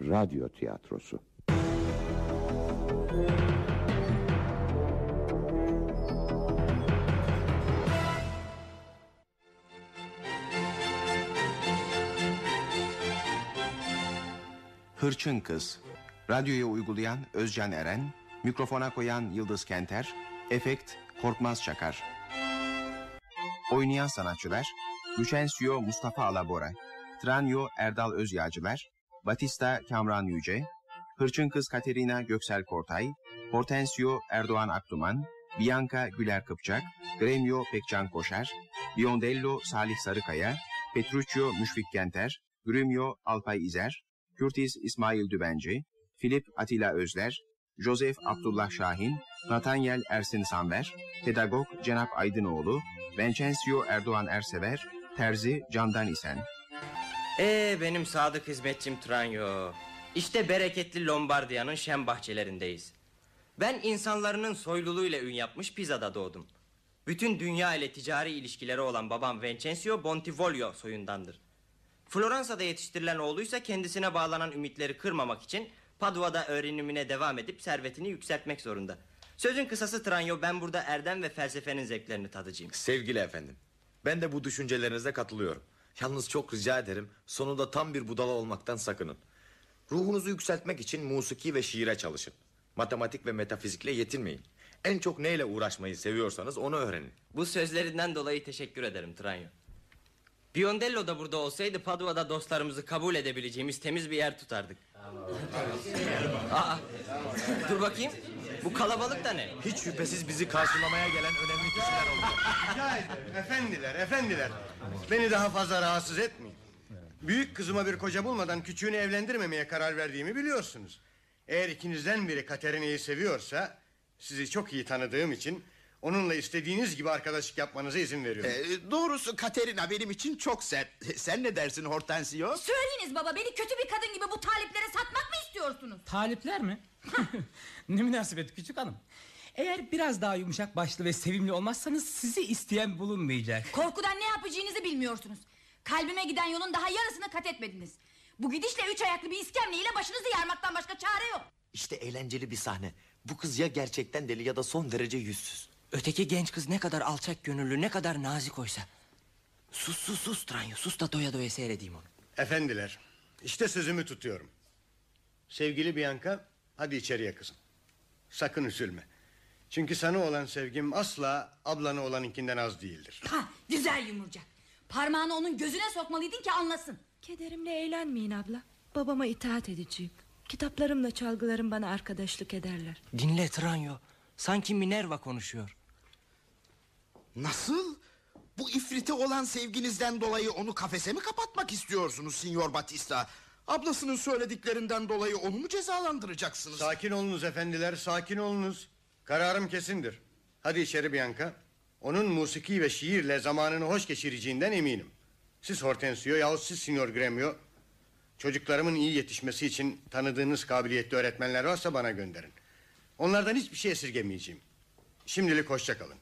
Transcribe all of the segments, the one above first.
Radyo tiyatrosu. Hırçın Kız. Radyoya uygulayan Özcan Eren, mikrofona koyan Yıldız Kenter, efekt Korkmaz Çakar. Oynayan sanatçılar: Lucentio Mustafa Alabora, Tranio Erdal Özyağcılar, Batista Kamran Yüce, Hırçın Kız Katerina Göksel Kortay, Hortensio Erdoğan Akduman, Bianca Güler Kıpçak, Gremio Pekcan Koşar, Biondello Salih Sarıkaya, Petruccio Müşfik Kenter, Grumio Alpay İzer, Curtis İsmail Dübenci, Filip Atilla Özler, Joseph Abdullah Şahin, Nathaniel Ersin Sanver, Pedagog Cenap Aydınoğlu, Vincencio Erdoğan Ersever, Terzi Candan İsen. Benim sadık hizmetçim Tranio. İşte bereketli Lombardiya'nın şen bahçelerindeyiz. Ben insanların soyluluğuyla ün yapmış Pisa'da doğdum. Bütün dünya ile ticari ilişkileri olan babam Vincencio Bontivolio soyundandır. Floransa'da yetiştirilen oğluysa kendisine bağlanan ümitleri kırmamak için Padua'da öğrenimine devam edip servetini yükseltmek zorunda. Sözün kısası Tranio, ben burada erdem ve felsefenin zevklerini tadacağım. Sevgili efendim, ben de bu düşüncelerinize katılıyorum. Yalnız çok rica ederim, sonunda tam bir budala olmaktan sakının. Ruhunuzu yükseltmek için musiki ve şiire çalışın. Matematik ve metafizikle yetinmeyin. En çok neyle uğraşmayı seviyorsanız onu öğrenin. Bu sözlerinden dolayı teşekkür ederim Tranio. Biondello da burada olsaydı Padua'da dostlarımızı kabul edebileceğimiz temiz bir yer tutardık. Dur bakayım, bu kalabalık da ne? Hiç şüphesiz bizi karşılamaya gelen önemli kişiler olacak. Rica ederim efendiler. Beni daha fazla rahatsız etmeyin. Büyük kızıma bir koca bulmadan küçüğünü evlendirmemeye karar verdiğimi biliyorsunuz. Eğer ikinizden biri Katerina'yı seviyorsa, sizi çok iyi tanıdığım için onunla istediğiniz gibi arkadaşlık yapmanıza izin veriyorum. Doğrusu Katerina benim için çok sert. Sen ne dersin Hortensio? Söyleyiniz baba, beni kötü bir kadın gibi bu taliplere satmak mı istiyorsunuz? Talipler mi? Ne münasebet küçük hanım. Eğer biraz daha yumuşak başlı ve sevimli olmazsanız sizi isteyen bulunmayacak. Korkudan ne yapacağınızı bilmiyorsunuz. Kalbime giden yolun daha yarısını kat etmediniz. Bu gidişle 3 ayaklı bir iskemleyle başınızı yarmaktan başka çare yok. İşte eğlenceli bir sahne. Bu kız ya gerçekten deli ya da son derece yüzsüz. Öteki genç kız ne kadar alçak gönüllü, ne kadar nazik oysa. Sus Tranio, sus da doya doya seyredeyim onu. Efendiler, işte sözümü tutuyorum. Sevgili Bianca, hadi içeriye kızım. Sakın üzülme. Çünkü sana olan sevgim asla ablana olanınkinden az değildir. Güzel yumurcak. Parmağını onun gözüne sokmalıydın ki anlasın. Kederimle eğlenmeyin abla. Babama itaat edeceğim. Kitaplarımla çalgılarım bana arkadaşlık ederler. Dinle Tranio, sanki Minerva konuşuyor. Nasıl? Bu ifrite olan sevginizden dolayı onu kafese mi kapatmak istiyorsunuz Signor Batista? Ablasının söylediklerinden dolayı onu mu cezalandıracaksınız? Sakin olunuz efendiler, sakin olunuz. Kararım kesindir. Hadi içeri Bianca. Onun musiki ve şiirle zamanını hoş geçireceğinden eminim. Siz Hortensio yahut siz Signor Gremio, çocuklarımın iyi yetişmesi için tanıdığınız kabiliyetli öğretmenler varsa bana gönderin. Onlardan hiçbir şey esirgemeyeceğim. Şimdilik hoşça kalın.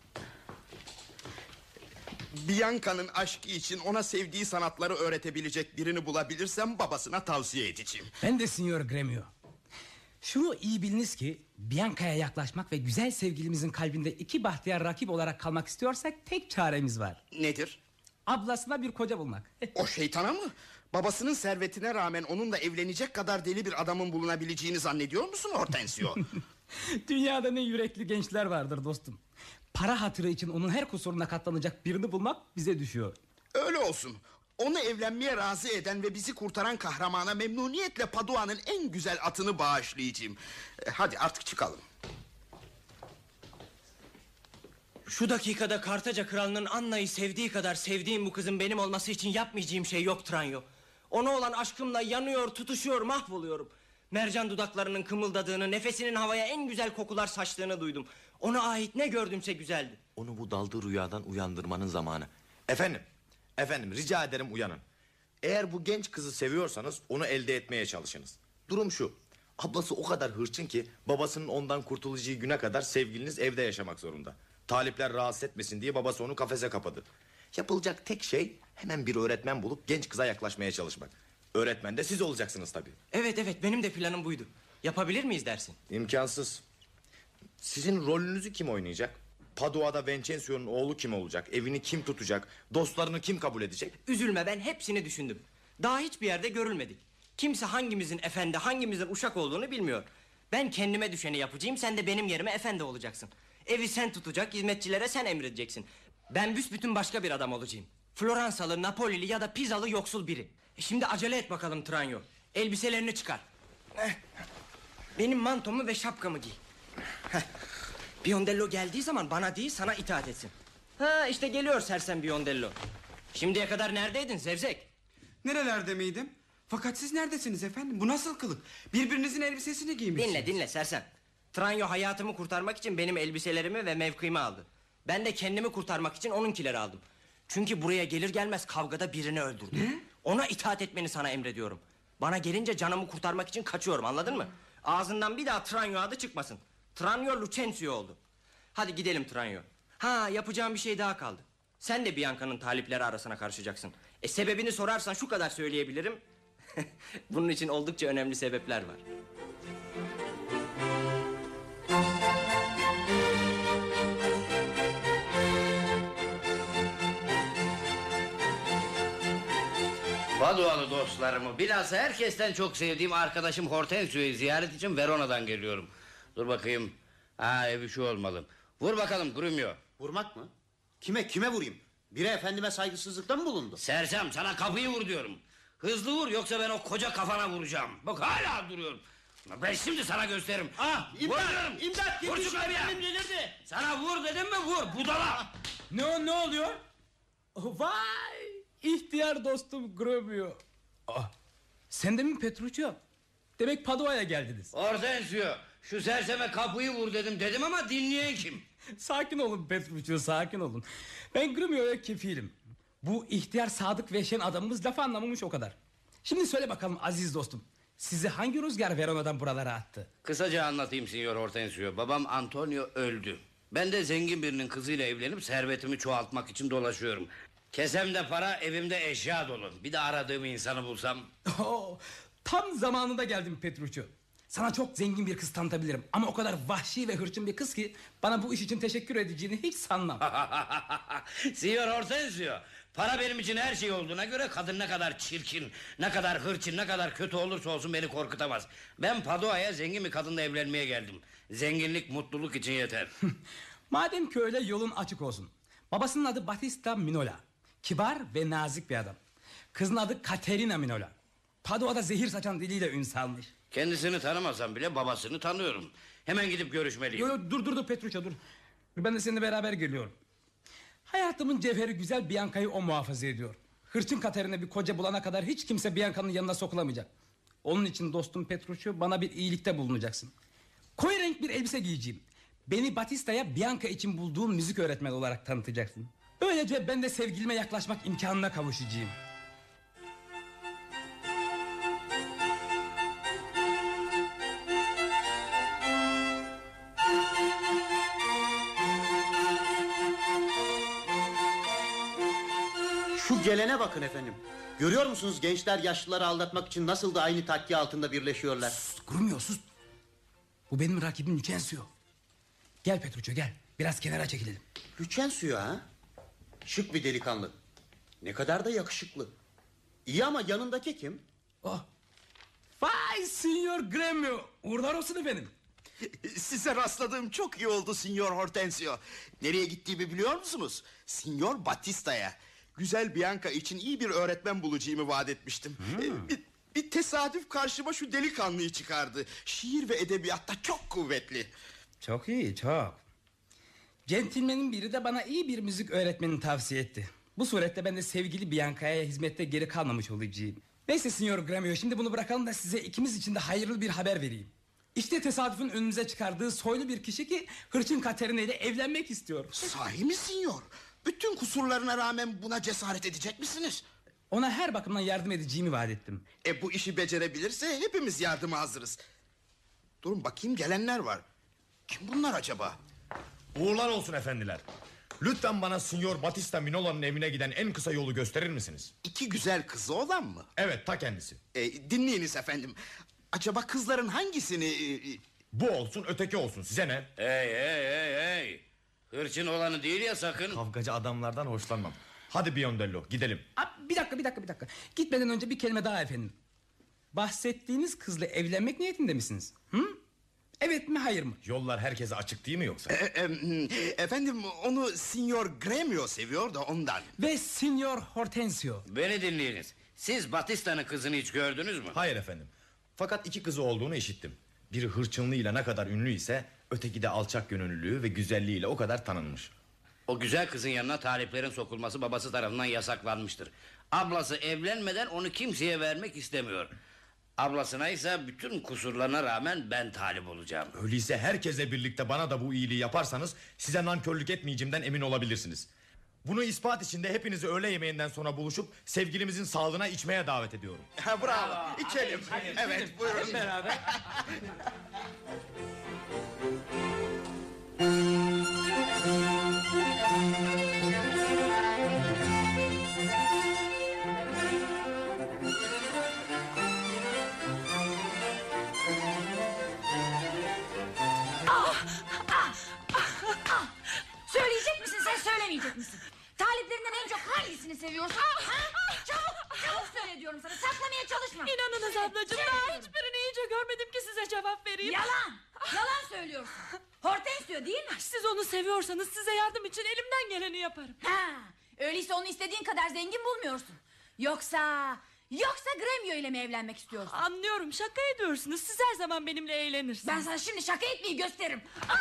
Bianca'nın aşkı için ona sevdiği sanatları öğretebilecek birini bulabilirsem babasına tavsiye edeceğim. Ben de Signor Gremio. Şunu iyi biliniz ki Bianca'ya yaklaşmak ve güzel sevgilimizin kalbinde iki bahtiyar rakip olarak kalmak istiyorsak tek çaremiz var. Nedir? Ablasına bir koca bulmak. O şeytana mı? Babasının servetine rağmen onunla evlenecek kadar deli bir adamın bulunabileceğini zannediyor musun Hortensio? Dünyada ne yürekli gençler vardır dostum. Para hatırı için onun her kusuruna katlanacak birini bulmak bize düşüyor. Öyle olsun. Onu evlenmeye razı eden ve bizi kurtaran kahramana memnuniyetle Padua'nın en güzel atını bağışlayacağım. Hadi artık çıkalım. Şu dakikada Kartaca kralının Anna'yı sevdiği kadar sevdiğim bu kızın benim olması için yapmayacağım şey yok Tranio. Ona olan aşkımla yanıyor, tutuşuyor, mahvoluyorum. Mercan dudaklarının kımıldadığını, nefesinin havaya en güzel kokular saçtığını duydum. Ona ait ne gördümse güzeldi. Onu bu daldığı rüyadan uyandırmanın zamanı. Efendim rica ederim uyanın. Eğer bu genç kızı seviyorsanız onu elde etmeye çalışınız. Durum şu: ablası o kadar hırçın ki babasının ondan kurtulacağı güne kadar sevgiliniz evde yaşamak zorunda. Talipler rahatsız etmesin diye babası onu kafese kapadı. Yapılacak tek şey hemen bir öğretmen bulup genç kıza yaklaşmaya çalışmak. Öğretmen de siz olacaksınız tabii. Evet benim de planım buydu. Yapabilir miyiz dersin? İmkansız. Sizin rolünüzü kim oynayacak? Padua'da Vincenzo'nun oğlu kim olacak? Evini kim tutacak? Dostlarını kim kabul edecek? Üzülme, ben hepsini düşündüm. Daha hiçbir yerde görülmedik. Kimse hangimizin efendi, hangimizin uşak olduğunu bilmiyor. Ben kendime düşeni yapacağım, sen de benim yerime efendi olacaksın. Evi sen tutacak, hizmetçilere sen emredeceksin. Ben büsbütün başka bir adam olacağım. Floransalı, Napolili ya da Pizalı yoksul biri. Şimdi acele et bakalım Tranyo. Elbiselerini çıkar. Benim mantomu ve şapkamı giy. Biondello geldiği zaman bana değil, sana itaat etsin. Ha işte geliyor sersem Biondello. Şimdiye kadar neredeydin Zevzek? Nerelerde miydim? Fakat siz neredesiniz efendim? Bu nasıl kılık? Birbirinizin elbisesini giymişsiniz. Dinle sersem. Tranyo hayatımı kurtarmak için benim elbiselerimi ve mevkimi aldı. Ben de kendimi kurtarmak için onunkileri aldım. Çünkü buraya gelir gelmez kavgada birini öldürdü. Ne? Ona itaat etmeni sana emrediyorum. Bana gelince canımı kurtarmak için kaçıyorum, anladın mı? Ağzından bir daha Tranyo adı çıkmasın. Tranyo Lucentio oldu. Hadi gidelim Tranyo. Ha, yapacağım bir şey daha kaldı. Sen de Bianca'nın talipleri arasına karışacaksın. Sebebini sorarsan şu kadar söyleyebilirim. Bunun için oldukça önemli sebepler var. Padualı dostlarımı, bilhassa herkesten çok sevdiğim arkadaşım Hortensio'yu ziyaret için Verona'dan geliyorum. Dur bakayım. Ha, evi şu olmalı. Vur bakalım Grumio. Vurmak mı? Kime vurayım? Biri efendime saygısızlıkta mı bulundu? Sersem, sana kapıyı vur diyorum. Hızlı vur, yoksa ben o koca kafana vuracağım. Bak hala duruyorum. Ben şimdi sana gösteririm. Ah, Vur diyorum. İmdat! Vur şu kapıya. Delirdi. Sana vur dedim mi vur budala. Ne oluyor? Vay! İhtiyar dostum Grobio. Sen de mi Petruccio? Demek Padua'ya geldiniz. Hortensio, şu serseme kapıyı vur dedim ama dinleyen kim? Sakin olun Petruccio, sakin olun. Ben Grumio'ya kefilim. Bu ihtiyar sadık ve şen adamımız laf anlamamış, o kadar. Şimdi söyle bakalım aziz dostum, sizi hangi rüzgar Verona'dan buralara attı? Kısaca anlatayım Signor Hortensio. Babam Antonio öldü. Ben de zengin birinin kızıyla evlenip servetimi çoğaltmak için dolaşıyorum. Kesemde para, evimde eşya dolu. Bir de aradığım insanı bulsam. Tam zamanında geldim Petruccio. Sana çok zengin bir kız tanıtabilirim. Ama o kadar vahşi ve hırçın bir kız ki bana bu iş için teşekkür edeceğini hiç sanmam. Signor Hortensio, para benim için her şey olduğuna göre kadın ne kadar çirkin, ne kadar hırçın, ne kadar kötü olursa olsun beni korkutamaz. Ben Padua'ya zengin bir kadınla evlenmeye geldim. Zenginlik mutluluk için yeter. Madem ki öyle, yolun açık olsun. Babasının adı Battista Minola. Kibar ve nazik bir adam. Kızın adı Caterina Minola. Padua'da zehir saçan diliyle ün salmış. Kendisini tanımasam bile babasını tanıyorum. Hemen gidip görüşmeliyim. Dur Petruccio, dur. Ben de seninle beraber geliyorum. Hayatımın cevheri güzel Bianca'yı o muhafaza ediyor. Hırçın Caterina bir koca bulana kadar hiç kimse Bianca'nın yanına sokulamayacak. Onun için dostum Petruccio, bana bir iyilikte bulunacaksın. Koyu renk bir elbise giyeceğim. Beni Battista'ya Bianca için bulduğum müzik öğretmeni olarak tanıtacaksın. Böylece ben de sevgilime yaklaşmak imkanına kavuşacağım. Şu gelene bakın efendim. Görüyor musunuz, gençler yaşlıları aldatmak için nasıl da aynı takki altında birleşiyorlar. Grumio, sus. Bu benim rakibim Lucentio. Gel Petruccio, gel. Biraz kenara çekilelim. Lucentio ha? Şık bir delikanlı. Ne kadar da yakışıklı. İyi ama yanındaki kim? Vay Signor Gremio. Uğurlar olsun efendim. Size rastladığım çok iyi oldu Signor Hortensio. Nereye gittiğimi biliyor musunuz? Signor Battista'ya. Güzel Bianca için iyi bir öğretmen bulacağımı vaat etmiştim. Bir tesadüf karşıma şu delikanlıyı çıkardı. Şiir ve edebiyatta çok kuvvetli. Çok iyi, çok. Centilmenin biri de bana iyi bir müzik öğretmenini tavsiye etti. Bu surette ben de sevgili Bianca'ya hizmette geri kalmamış olacağım. Neyse Signor Gremio, şimdi bunu bırakalım da size ikimiz için de hayırlı bir haber vereyim. İşte tesadüfün önümüze çıkardığı soylu bir kişi ki hırçın Caterina ile evlenmek istiyor. Sahi mi Signor? Bütün kusurlarına rağmen buna cesaret edecek misiniz? Ona her bakımdan yardım edeceğimi vaat ettim. Bu işi becerebilirse hepimiz yardıma hazırız. Durun bakayım, gelenler var. Kim bunlar acaba? Uğurlar olsun efendiler. Lütfen bana Signor Battista Minola'nın evine giden en kısa yolu gösterir misiniz? 2 güzel kızı olan mı? Evet, ta kendisi. Dinleyiniz efendim. Acaba kızların hangisini... Bu olsun, öteki olsun, size ne? Hey. Hırçın olanı değil ya sakın. Kavgacı adamlardan hoşlanmam. Hadi Biondello, gidelim. Bir dakika. Gitmeden önce bir kelime daha efendim. Bahsettiğiniz kızla evlenmek niyetinde misiniz? Evet mi hayır mı? Yollar herkese açık değil mi yoksa? Efendim onu Signor Gremio seviyor da ondan. Ve Signor Hortensio. Beni dinleyiniz. Siz Batista'nın kızını hiç gördünüz mü? Hayır efendim. Fakat 2 kızı olduğunu işittim. Biri hırçınlığıyla ne kadar ünlü ise öteki de alçak gönüllülüğü ve güzelliğiyle o kadar tanınmış. O güzel kızın yanına taliplerin sokulması babası tarafından yasaklanmıştır. Ablası evlenmeden onu kimseye vermek istemiyor. Ablasına ise bütün kusurlarına rağmen ben talip olacağım. Öyleyse herkesle birlikte bana da bu iyiliği yaparsanız size nankörlük etmeyeceğimden emin olabilirsiniz. Bunu ispat için de hepinizi öğle yemeğinden sonra buluşup sevgilimizin sağlığına içmeye davet ediyorum. Bravo, içelim. Evet, buyurun. Hep beraber. Söyleyecek misin sen söylemeyecek misin? Taliplerinden en çok hangisini seviyorsun? Çabuk söyle diyorum sana, saklamaya çalışma. İnanınız ablacığım, daha hiçbirini iyice görmedim ki size cevap vereyim. Yalan söylüyorsun. Hortensio değil mi? Siz onu seviyorsanız size yardım için elimden geleni yaparım. Öyleyse onu istediğin kadar zengin bulmuyorsun. Yoksa Gremio ile mi evlenmek istiyorsun? Anlıyorum, şaka ediyorsunuz. Siz her zaman benimle eğlenirsiniz. Ben sana şimdi şaka etmeyi gösteririm.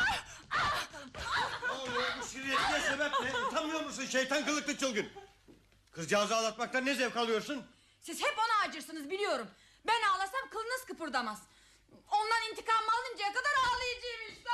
Ne oluyor bu şirretliğe sebep ne? Utanmıyor musun şeytan kılıklı çılgın? Kızcağızı ağlatmaktan ne zevk alıyorsun? Siz hep ona acırsınız biliyorum. Ben ağlasam kılınız kıpırdamaz. Ondan intikamımı alıncaya kadar ağlayacağım işte,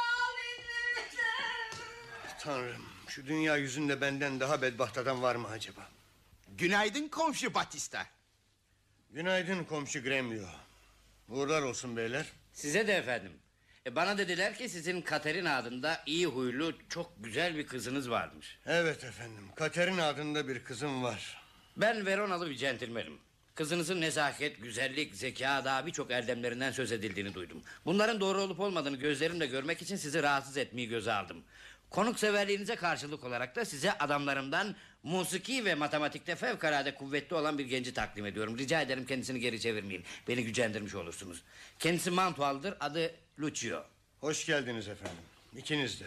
Tanrım, şu dünya yüzünde benden daha bedbaht adam var mı acaba? Günaydın komşu Batista. Günaydın komşu Gremio. Uğurlar olsun beyler. Size de efendim. Bana dediler ki sizin Katerina adında iyi huylu çok güzel bir kızınız varmış. Evet efendim, Katerina adında bir kızım var. Ben Veronalı bir centilmenim. Kızınızın nezaket, güzellik, zeka daha birçok erdemlerinden söz edildiğini duydum. Bunların doğru olup olmadığını gözlerimle görmek için sizi rahatsız etmeyi göze aldım. Konukseverliğinize karşılık olarak da size adamlarımdan musiki ve matematikte fevkalade kuvvetli olan bir genci takdim ediyorum. Rica ederim kendisini geri çevirmeyin. Beni gücendirmiş olursunuz. Kendisi Mantual'dır, adı Lucio. Hoş geldiniz efendim, ikiniz de.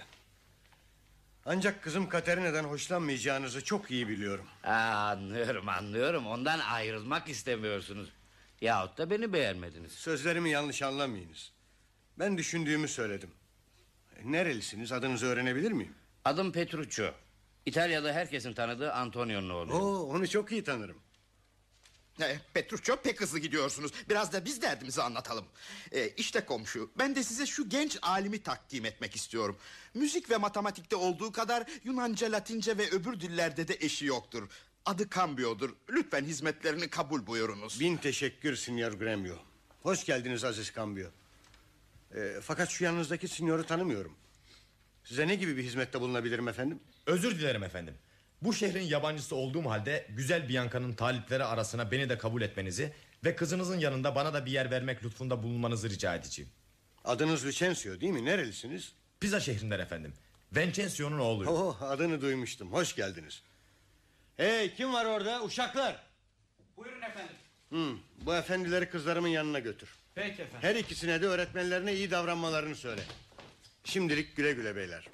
Ancak kızım Katerina'dan hoşlanmayacağınızı çok iyi biliyorum. Anlıyorum. Ondan ayrılmak istemiyorsunuz. Yahut da beni beğenmediniz. Sözlerimi yanlış anlamayınız. Ben düşündüğümü söyledim. Nerelisiniz, adınızı öğrenebilir miyim? Adım Petruccio. İtalya'da herkesin tanıdığı Antonio'nun oğlu. Onu çok iyi tanırım. Petruccio, pek hızlı gidiyorsunuz. Biraz da biz derdimizi anlatalım. İşte komşu, ben de size şu genç alimi takdim etmek istiyorum. Müzik ve matematikte olduğu kadar Yunanca, Latince ve öbür dillerde de eşi yoktur. Adı Cambio'dur. Lütfen hizmetlerini kabul buyurunuz. Bin teşekkür Signor Gremio. Hoş geldiniz Aziz Cambio. Fakat şu yanınızdaki sinyoru tanımıyorum. Size ne gibi bir hizmette bulunabilirim efendim? Özür dilerim efendim. Bu şehrin yabancısı olduğum halde güzel Bianca'nın talipleri arasına beni de kabul etmenizi ve kızınızın yanında bana da bir yer vermek lütfunda bulunmanızı rica edeceğim. Adınız Vicencio değil mi? Nerelisiniz? Pisa şehrinden efendim. Vincenzo'nun oğluyum. Adını duymuştum. Hoş geldiniz. Hey, kim var orada? Uşaklar. Buyurun efendim. Bu efendileri kızlarımın yanına götür. Peki efendim. Her ikisine de öğretmenlerine iyi davranmalarını söyle. Şimdilik güle güle beyler.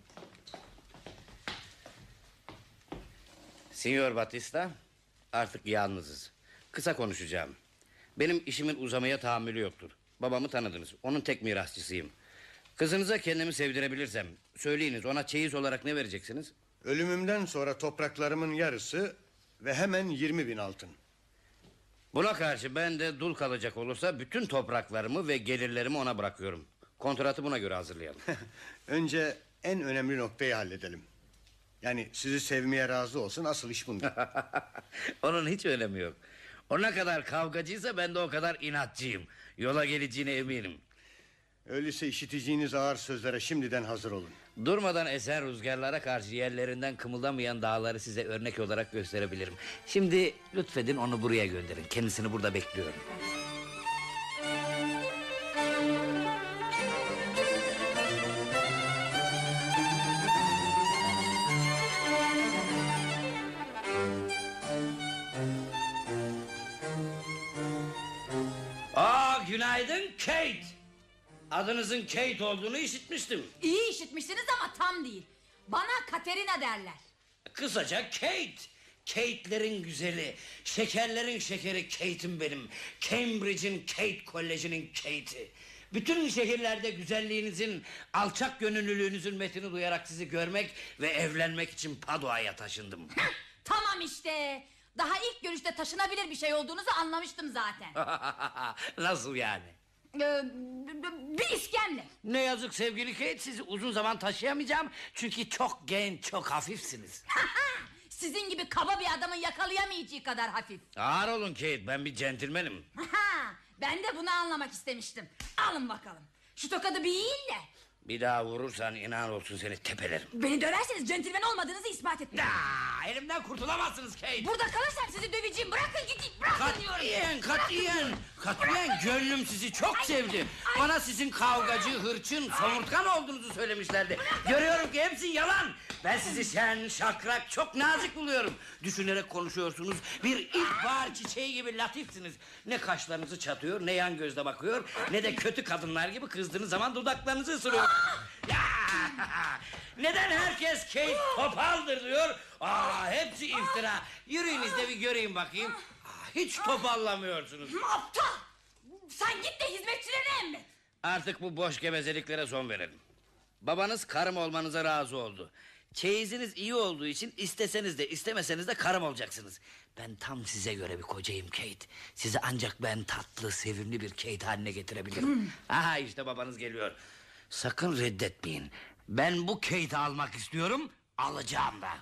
Signor Battista, artık yalnızız. Kısa konuşacağım. Benim işimin uzamaya tahammülü yoktur. Babamı tanıdınız. Onun tek mirasçısıyım. Kızınıza kendimi sevdirebilirsem söyleyiniz, ona çeyiz olarak ne vereceksiniz? Ölümümden sonra topraklarımın yarısı ve hemen 20.000 altın. Buna karşı ben de dul kalacak olursa bütün topraklarımı ve gelirlerimi ona bırakıyorum. Kontratı buna göre hazırlayalım. Önce en önemli noktayı halledelim. Yani sizi sevmeye razı olsun, asıl iş bunda. Onun hiç önemi yok. O ne kadar kavgacıysa ben de o kadar inatçıyım. Yola geleceğine eminim. Öyleyse işiteceğiniz ağır sözlere şimdiden hazır olun. Durmadan esen rüzgarlara karşı yerlerinden kımıldamayan dağları size örnek olarak gösterebilirim. Şimdi lütfedin onu buraya gönderin. Kendisini burada bekliyorum. Günaydın Kate. Adınızın Kate olduğunu işitmiştim. İyi işitmişsiniz ama tam değil. Bana Katerina derler. Kısaca Kate. Kate'lerin güzeli, şekerlerin şekeri Kate'im benim. Cambridge'in Kate Koleji'nin Kate'i. Bütün şehirlerde güzelliğinizin, alçak gönüllülüğünüzün metini duyarak sizi görmek ve evlenmek için Padua'ya taşındım. Tamam işte. Daha ilk görüşte taşınabilir bir şey olduğunuzu anlamıştım zaten. Nasıl yani? Bir iskemle. Ne yazık sevgili Kate, sizi uzun zaman taşıyamayacağım. Çünkü çok genç, çok hafifsiniz. Sizin gibi kaba bir adamın yakalayamayacağı kadar hafif. Ağır olun Kate, ben bir centilmenim. Ben de bunu anlamak istemiştim. Alın bakalım. Şu tokadı bir yiyin de. Bir daha vurursan inan olsun seni tepelerim. Beni döverseniz centilmen olmadığınızı ispat ettim. Elimden kurtulamazsınız Kate. Burada kalırsam sizi döveceğim. Bırakın gideyim. Bırakın diyorum. Katiyen gönlüm sizi çok sevdi. Bana sizin kavgacı, hırçın, somurtkan olduğunuzu söylemişlerdi. Görüyorum ki hepsi yalan. Ben sizi şen, şakrak, çok nazik buluyorum. Düşünerek konuşuyorsunuz. Bir ilkbahar çiçeği gibi latifsiniz. Ne kaşlarınızı çatıyor, ne yan gözle bakıyor, ne de kötü kadınlar gibi kızdığınız zaman dudaklarınızı ısırıyor. Neden herkes Kate topaldır diyor? Hepsi iftira. Yürüyünüz de bir göreyim bakayım. Hiç topallamıyorsunuz. Aptal! Sen git de hizmetçilerine emret. Artık bu boş gevezeliklere son verelim. Babanız karım olmanıza razı oldu. Çeyiziniz iyi olduğu için isteseniz de istemeseniz de karım olacaksınız. Ben tam size göre bir kocayım Kate. Sizi ancak ben tatlı, sevimli bir Kate haline getirebilirim. Aha işte babanız geliyor. Sakın reddetmeyin. Ben bu Kate'i almak istiyorum, alacağım da.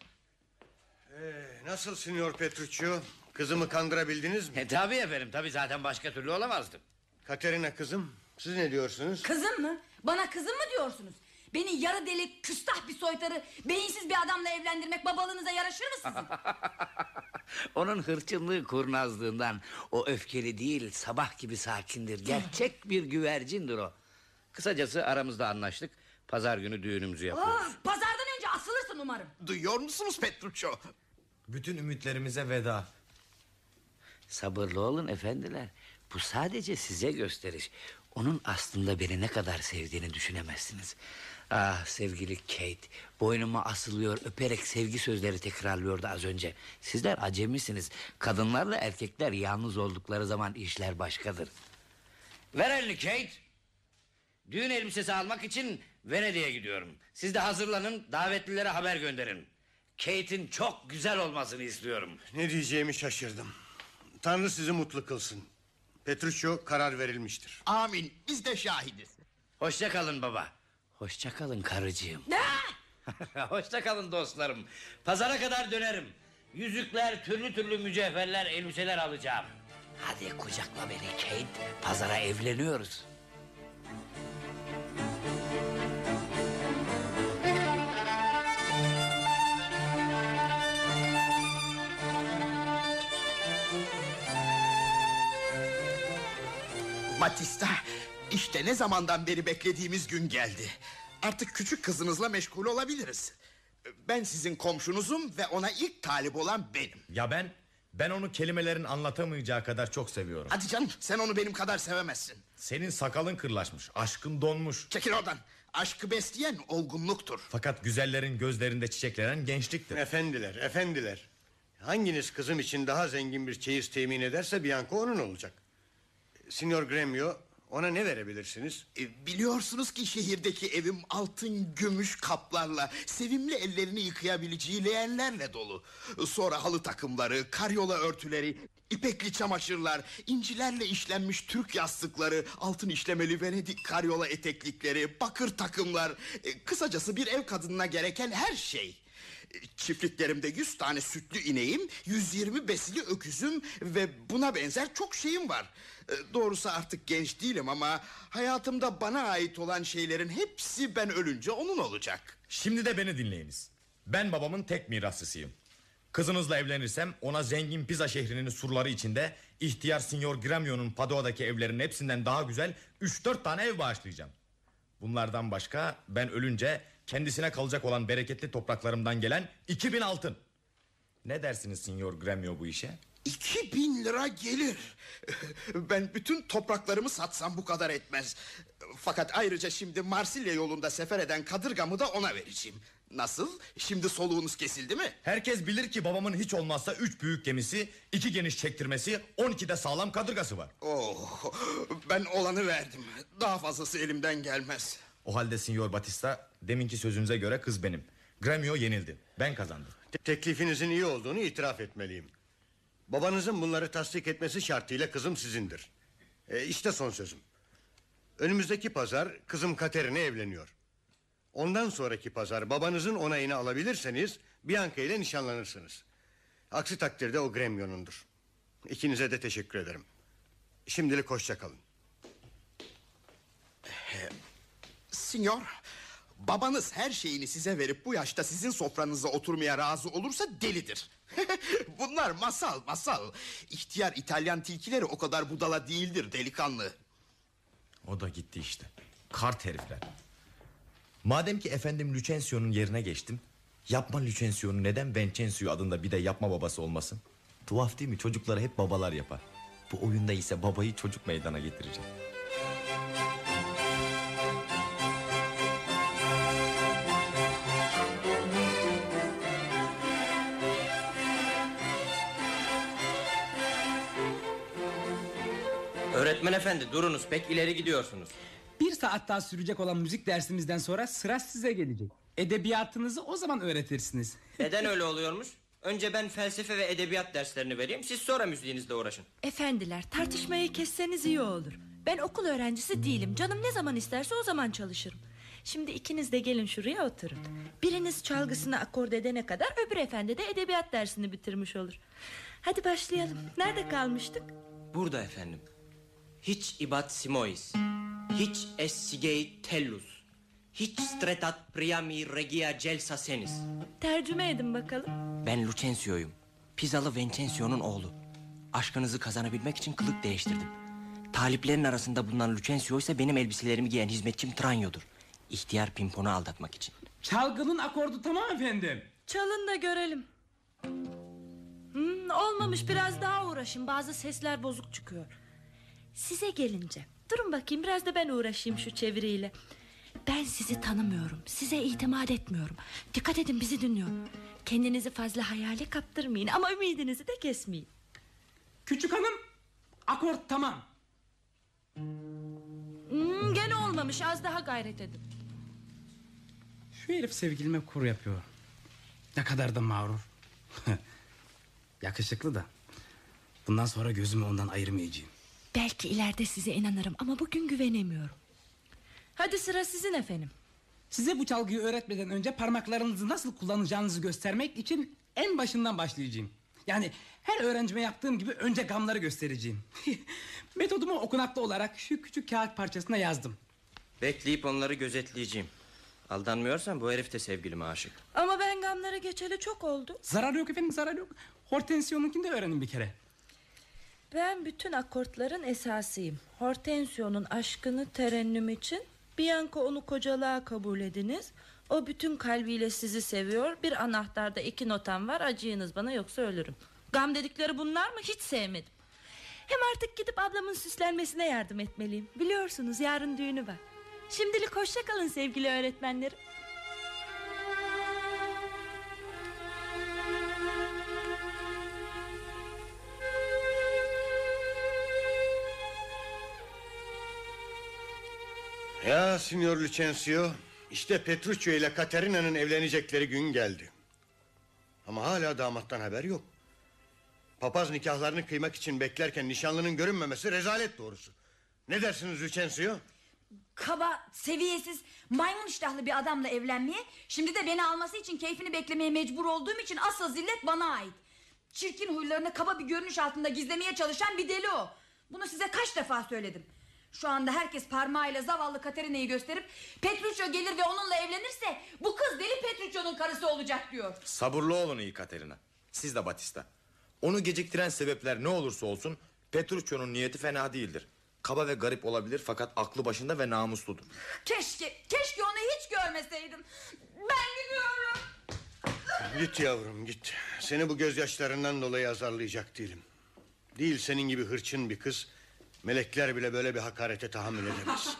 Nasıl Signor Petruccio? Kızımı kandırabildiniz mi? Tabii efendim, tabii zaten başka türlü olamazdım. Katerina kızım, siz ne diyorsunuz? Kızım mı? Bana kızım mı diyorsunuz? Beni yarı deli, küstah bir soytarı, beyinsiz bir adamla evlendirmek babalığınıza yaraşır mı sizin? Onun hırçınlığı kurnazlığından, o öfkeli değil, sabah gibi sakindir. Gerçek bir güvercindir o. Kısacası aramızda anlaştık. Pazar günü düğünümüzü yapıyoruz. Pazardan önce asılırsın umarım. Duyuyor musunuz Petruccio? Bütün ümitlerimize veda. Sabırlı olun efendiler. Bu sadece size gösteriş. Onun aslında beni ne kadar sevdiğini düşünemezsiniz. Ah sevgili Kate, boynuma asılıyor, öperek sevgi sözleri tekrarlıyordu az önce. Sizler acemisiniz. Kadınlarla erkekler yalnız oldukları zaman işler başkadır. Ver elini Kate. Düğün elbisesi almak için Venedik'e gidiyorum. Siz de hazırlanın, davetlilere haber gönderin. Kate'in çok güzel olmasını istiyorum. Ne diyeceğimi şaşırdım. Tanrı sizi mutlu kılsın. Petruccio, karar verilmiştir. Amin, biz de şahidiz. Hoşça kalın baba. Hoşça kalın karıcığım. Hoşça kalın dostlarım. Pazara kadar dönerim. Yüzükler, türlü türlü mücevherler, elbiseler alacağım. Hadi kucakla beni Kate. Pazara evleniyoruz. Batista, işte ne zamandan beri beklediğimiz gün geldi. Artık küçük kızınızla meşgul olabiliriz. Ben sizin komşunuzum ve ona ilk talip olan benim. Ya ben onu kelimelerin anlatamayacağı kadar çok seviyorum. Hadi canım, sen onu benim kadar sevemezsin. Senin sakalın kırlaşmış, aşkın donmuş. Çekil oradan. Aşkı besleyen olgunluktur. Fakat güzellerin gözlerinde çiçeklenen gençliktir. Efendiler. Hanginiz kızım için daha zengin bir çeyiz temin ederse Bianco onun olacak. Signor Gremio, ona ne verebilirsiniz? Biliyorsunuz ki şehirdeki evim altın gümüş kaplarla, sevimli ellerini yıkayabileceği leğenlerle dolu. Sonra halı takımları, karyola örtüleri, ipekli çamaşırlar, incilerle işlenmiş Türk yastıkları, altın işlemeli Venedik karyola eteklikleri, bakır takımlar, kısacası bir ev kadınına gereken her şey. Çiftliklerimde 100 tane sütlü ineğim, 120 besili öküzüm ve buna benzer çok şeyim var. Doğrusu artık genç değilim ama hayatımda bana ait olan şeylerin hepsi ben ölünce onun olacak. Şimdi de beni dinleyiniz. Ben babamın tek mirasçısıyım. Kızınızla evlenirsem ona zengin Pisa şehrinin surları içinde ihtiyar Signor Gremio'nun Padoa'daki evlerinin hepsinden daha güzel 3-4 tane ev bağışlayacağım. Bunlardan başka ben ölünce kendisine kalacak olan bereketli topraklarımdan gelen 2000 altın. Ne dersiniz Signor Gremio bu işe? 2000 lira gelir. Ben bütün topraklarımı satsam bu kadar etmez. Fakat ayrıca şimdi Marsilya yolunda sefer eden kadırgamı da ona vereceğim. Nasıl? Şimdi soluğunuz kesildi mi? Herkes bilir ki babamın hiç olmazsa 3 büyük gemisi, 2 geniş çektirmesi, 12 de sağlam kadırgası var. Oh, ben olanı verdim. Daha fazlası elimden gelmez. O halde Signor Batista, deminki sözünüze göre kız benim. Gremio yenildi. Ben kazandım. Teklifinizin iyi olduğunu itiraf etmeliyim. Babanızın bunları tasdik etmesi şartıyla kızım sizindir. İşte son sözüm. Önümüzdeki pazar kızım Katerina evleniyor. Ondan sonraki pazar babanızın onayını alabilirseniz Bianca ile nişanlanırsınız. Aksi takdirde o Gremio'nundur. İkinize de teşekkür ederim. Şimdilik hoşça kalın. Sinyor, babanız her şeyini size verip bu yaşta sizin sofranıza oturmaya razı olursa delidir. Bunlar masal. İhtiyar İtalyan tilkileri o kadar budala değildir delikanlı. O da gitti işte. Kart herifler. Madem ki efendim Lucentio'nun yerine geçtim, yapma Lucentio'nun neden Vincencio adında bir de yapma babası olmasın? Tuhaf değil mi? Çocukları hep babalar yapar. Bu oyunda ise babayı çocuk meydana getirecek. Öğretmen efendi durunuz, pek ileri gidiyorsunuz. 1 saat daha sürecek olan müzik dersimizden sonra sıra size gelecek. Edebiyatınızı o zaman öğretirsiniz. Neden öyle oluyormuş? Önce ben felsefe ve edebiyat derslerini vereyim, siz sonra müziğinizle uğraşın. Efendiler, tartışmayı kesseniz iyi olur. Ben okul öğrencisi değilim. Canım ne zaman isterse o zaman çalışırım. Şimdi ikiniz de gelin şuraya oturun. Biriniz çalgısını akord edene kadar öbür efendi de edebiyat dersini bitirmiş olur. Hadi başlayalım. Nerede kalmıştık? Burada efendim. Hiç ibat simois, hiç essigei tellus, hiç stretat priami regia celsa senis. Tercüme edin bakalım. Ben Lucentio'yum. Pizalı Vincensio'nun oğlu. Aşkınızı kazanabilmek için kılık değiştirdim. Taliplerin arasında bulunan Lucencio ise benim elbiselerimi giyen hizmetçim Tranio'dur. İhtiyar Pimpon'u aldatmak için. Çalgının akordu tamam efendim. Çalın da görelim. Olmamış, biraz daha uğraşın. Bazı sesler bozuk çıkıyor. Size gelince durun bakayım, biraz da ben uğraşayım şu çeviriyle. Ben sizi tanımıyorum, size itimat etmiyorum. Dikkat edin, bizi dinliyor. Kendinizi fazla hayale kaptırmayın ama ümidinizi de kesmeyin. Küçük hanım, akort tamam. Gene olmamış, az daha gayret edin. Şu herif sevgilime kur yapıyor. Ne kadar da mağrur. Yakışıklı da. Bundan sonra gözümü ondan ayırmayacağım. Belki ileride size inanırım ama bugün güvenemiyorum. Hadi sıra sizin efendim. Size bu çalgıyı öğretmeden önce parmaklarınızı nasıl kullanacağınızı göstermek için en başından başlayacağım. Yani her öğrencime yaptığım gibi önce gamları göstereceğim. Metodumu okunaklı olarak şu küçük kağıt parçasına yazdım. Bekleyip onları gözetleyeceğim. Aldanmıyorsan bu herif de sevgilime aşık. Ama ben gamlara geçeli çok oldu. Zarar yok efendim, zarar yok. Hortensio'nunkini de öğrenin bir kere. Ben bütün akortların esasıyım. Hortensio'nun aşkını terennüm için Bianca onu kocalığa kabul ediniz. O bütün kalbiyle sizi seviyor. Bir anahtarda 2 notam var, acıyınız bana yoksa ölürüm. Gam dedikleri bunlar mı? Hiç sevmedim. Hem artık gidip ablamın süslenmesine yardım etmeliyim. Biliyorsunuz yarın düğünü var. Şimdilik hoşça kalın sevgili öğretmenlerim. Ya Signor Lucentio, işte Petruccio ile Katerina'nın evlenecekleri gün geldi. Ama hala damattan haber yok. Papaz nikahlarını kıymak için beklerken nişanlının görünmemesi rezalet doğrusu. Ne dersiniz Lucentio? kaba, seviyesiz, maymun iştahlı bir adamla evlenmeye, şimdi de beni alması için keyfini beklemeye mecbur olduğum için asıl zillet bana ait. Çirkin huylarını kaba bir görünüş altında gizlemeye çalışan bir deli o. Bunu size kaç defa söyledim. Şu anda herkes parmağıyla zavallı Katerina'yı gösterip Petruccio gelir ve onunla evlenirse bu kız deli Petruccio'nun karısı olacak diyor. Sabırlı olun iyi Katerina. Siz de Batista. Onu geciktiren sebepler ne olursa olsun Petruccio'nun niyeti fena değildir. Kaba ve garip olabilir fakat aklı başında ve namusludur. Keşke onu hiç görmeseydim. Ben gidiyorum. Git yavrum git. Seni bu gözyaşlarından dolayı azarlayacak değilim. Değil senin gibi hırçın bir kız. Melekler bile böyle bir hakarete tahammül edemez.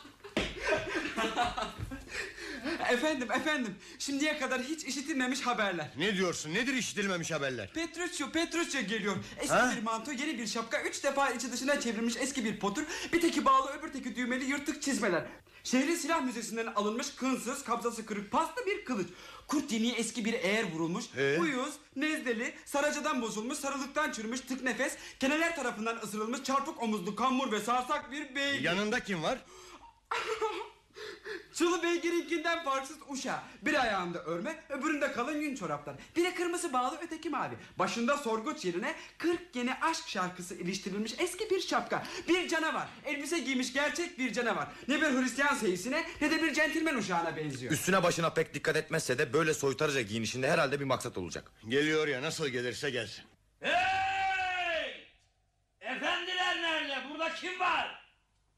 Efendim şimdiye kadar hiç işitilmemiş haberler. Ne diyorsun, nedir işitilmemiş haberler? Petruccio geliyor. Eski Ha? bir manto, yeni bir şapka, 3 defa içi dışına çevrilmiş eski bir potur, bir teki bağlı öbür teki düğmeli yırtık çizmeler. Şehrin silah müzesinden alınmış kınsız, kabzası kırık paslı bir kılıç. Kurt yeniği eski bir eğer vurulmuş, uyuz, nezdeli, saracadan bozulmuş, sarılıktan çürümüş, tık nefes, keneler tarafından ısırılmış, çarpık omuzlu, kambur ve sarsak bir bey. Yanında kim var? Çulu beygirinkinden farksız uşa. Bir ayağında örme, öbüründe kalın yün çoraplar. Biri kırmızı bağlı, öteki mavi. Başında sorguç yerine 40 yeni aşk şarkısı iliştirilmiş eski bir şapka. Bir canavar, elbise giymiş gerçek bir canavar. Ne bir Hristiyan seyisine ne de bir centilmen uşağına benziyor. Üstüne başına pek dikkat etmezse de böyle soytarıca giyinişinde herhalde bir maksat olacak. Geliyor ya, nasıl gelirse gelsin. Hey! Efendiler nerede? Burada kim var?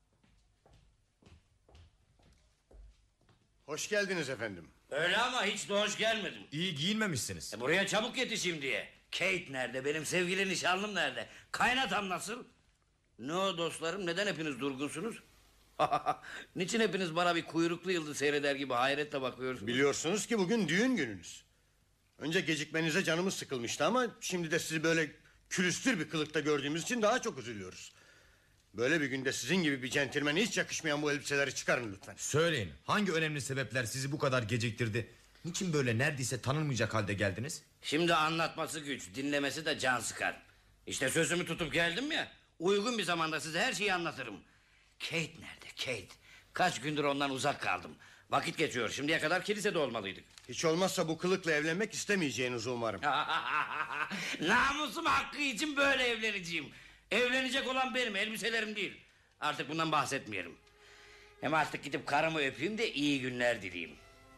Hoş geldiniz efendim. Öyle ama hiç de hoş gelmedim. İyi giyinmemişsiniz. Buraya çabuk yetişeyim diye. Kate nerede? Benim sevgili nişanlım nerede? Kaynatam nasıl? Ne o dostlarım? Neden hepiniz durgunsunuz? Niçin hepiniz bana bir kuyruklu yıldız seyreder gibi hayretle bakıyorsunuz? Biliyorsunuz ki bugün düğün gününüz. Önce gecikmenize canımız sıkılmıştı ama şimdi de sizi böyle külüstür bir kılıkta gördüğümüz için daha çok üzülüyoruz. Böyle bir günde sizin gibi bir centilmene hiç yakışmayan bu elbiseleri çıkarın lütfen. Söyleyin, hangi önemli sebepler sizi bu kadar geciktirdi? Niçin böyle neredeyse tanınmayacak halde geldiniz? Şimdi anlatması güç, dinlemesi de can sıkar. İşte sözümü tutup geldim ya. Uygun bir zamanda size her şeyi anlatırım. Kate nerede? Kate. Kaç gündür ondan uzak kaldım. Vakit geçiyor. Şimdiye kadar kilisede olmalıydık. Hiç olmazsa bu kılıkla evlenmek istemeyeceğinizi umarım. Namusum hakkı için böyle evleneceğim. Evlenecek olan benim, elbiselerim değil. Artık bundan bahsetmeyelim. Hem artık gidip karımı öpeyim de iyi günler dileyim.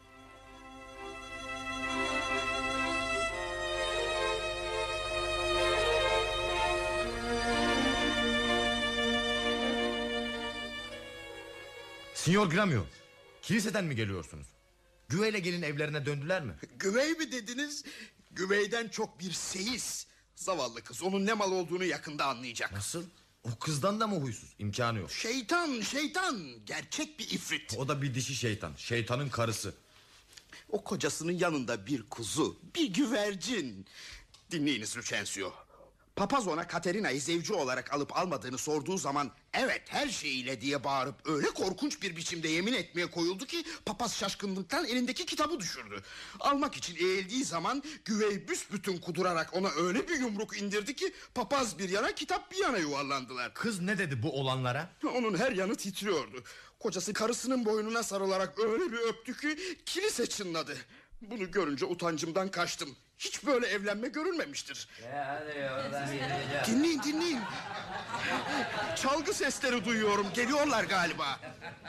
Signor Gramio, kiliseden mi geliyorsunuz? Güveyle gelin evlerine döndüler mi? Güvey mi dediniz? Güveyden çok bir seyis. Zavallı kız onun ne mal olduğunu yakında anlayacak. Nasıl? O kızdan da mı huysuz? İmkanı yok. Şeytan, gerçek bir ifrit. O da bir dişi şeytan, şeytanın karısı. O kocasının yanında bir kuzu, bir güvercin. Dinleyiniz Lucentio. Papaz ona Katerina'yı zevci olarak alıp almadığını sorduğu zaman evet her şeyiyle diye bağırıp öyle korkunç bir biçimde yemin etmeye koyuldu ki papaz şaşkınlıktan elindeki kitabı düşürdü. Almak için eğildiği zaman güvey büsbütün kudurarak ona öyle bir yumruk indirdi ki papaz bir yana kitap bir yana yuvarlandılar. Kız ne dedi bu olanlara? Onun her yanı titriyordu. Kocası karısının boynuna sarılarak öyle bir öptü ki kilise çınladı. Bunu görünce utancımdan kaçtım. Hiç böyle evlenme görülmemiştir. Dinleyin. Çalgı sesleri duyuyorum. Geliyorlar galiba.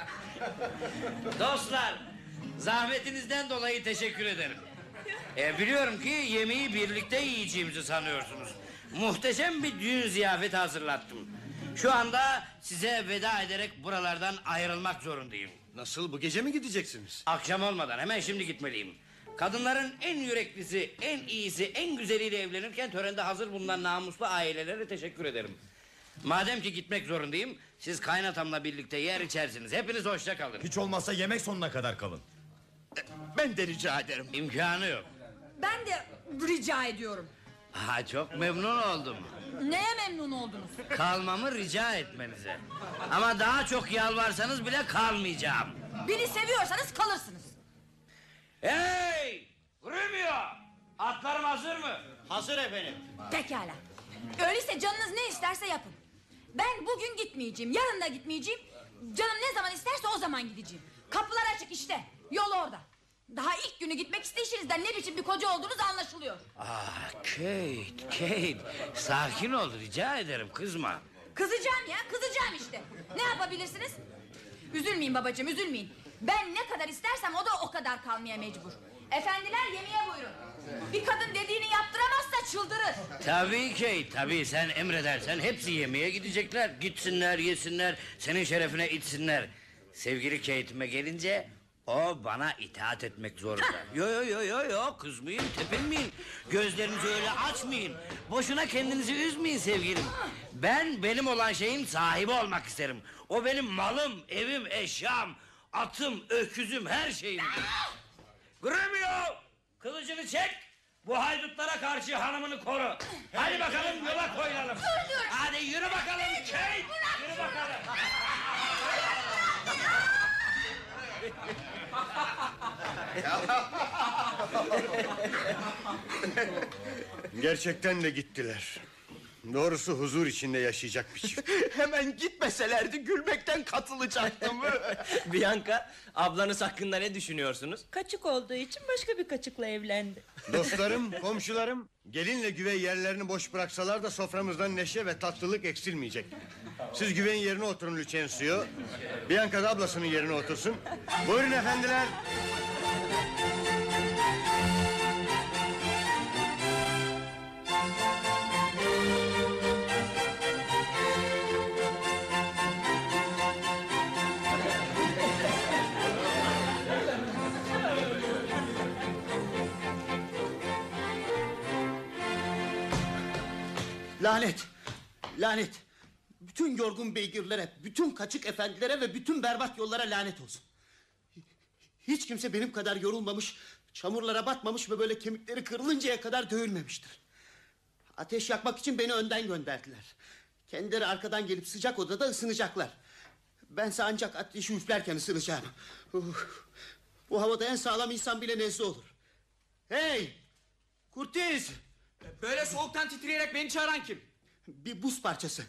Dostlar, zahmetinizden dolayı teşekkür ederim. Biliyorum ki yemeği birlikte yiyeceğimizi sanıyorsunuz. Muhteşem bir düğün ziyafeti hazırlattım. Şu anda size veda ederek buralardan ayrılmak zorundayım. Nasıl, bu gece mi gideceksiniz? Akşam olmadan hemen şimdi gitmeliyim. Kadınların en yüreklisi, en iyisi, en güzeliyle evlenirken törende hazır bulunan namuslu ailelere teşekkür ederim. Madem ki gitmek zorundayım, siz kaynatamla birlikte yer içersiniz. Hepiniz hoşça kalın. Hiç olmazsa yemek sonuna kadar kalın. Ben de rica ederim. İmkanı yok. Ben de rica ediyorum. Çok memnun oldum. Neye memnun oldunuz? Kalmamı rica etmenize. Ama daha çok yalvarsanız bile kalmayacağım. Beni seviyorsanız kalırsınız. Hey! Grumio! Atlarım hazır mı? Hazır efendim. Pekala. Öyleyse canınız ne isterse yapın. Ben bugün gitmeyeceğim, yarın da gitmeyeceğim. Canım ne zaman isterse o zaman gideceğim. Kapılar açık işte. Yol orada. Daha ilk günü gitmek isteyişinizden ne biçim bir koca olduğunuz anlaşılıyor. Kate, sakin ol rica ederim, kızma. Kızacağım ya, kızacağım işte. Ne yapabilirsiniz? Üzülmeyin babacığım, üzülmeyin. Ben ne kadar istersem o da o kadar kalmaya mecbur. Efendiler yemeğe buyurun. Bir kadın dediğini yaptıramazsa çıldırır. Tabii Kate, tabii sen emredersen hepsi yemeğe gidecekler. Gitsinler, yesinler, senin şerefine içsinler. Sevgili Kate'ime gelince o bana itaat etmek zorunda. Yo, kızmayın, tepinmeyin. Gözlerinizi öyle açmayın. Boşuna kendinizi üzmeyin sevgilim. Ben benim olan şeyin sahibi olmak isterim. O benim malım, evim, eşyam, atım, öküzüm, her şeyimdir. Gremio, kılıcını çek. Bu haydutlara karşı hanımını koru. Hadi bakalım yola koyulalım. Dur. Hadi yürü bakalım Kate. Yürü bakalım. Gerçekten de gittiler. Doğrusu huzur içinde yaşayacak bir çift. Hemen gitmeselerdi gülmekten katılacaktım. Bianca, ablanız hakkında ne düşünüyorsunuz? Kaçık olduğu için başka bir kaçıkla evlendi. Dostlarım, komşularım, gelinle güvey yerlerini boş bıraksalar da soframızdan neşe ve tatlılık eksilmeyecek. Siz güveyin yerine oturun Lucentio. Bianca da ablasının yerine otursun. Buyurun efendiler. Lanet. Bütün yorgun beygirlere, bütün kaçık efendilere ve bütün berbat yollara lanet olsun. Hiç kimse benim kadar yorulmamış, çamurlara batmamış ve böyle kemikleri kırılıncaya kadar dövülmemiştir. Ateş yakmak için beni önden gönderdiler. Kendileri arkadan gelip sıcak odada ısınacaklar. Bense ancak ateşi üflerken ısınacağım. Bu havada en sağlam insan bile nezle olur. Hey! Kurtiz! Böyle soğuktan titreyerek beni çağıran kim? Bir buz parçası.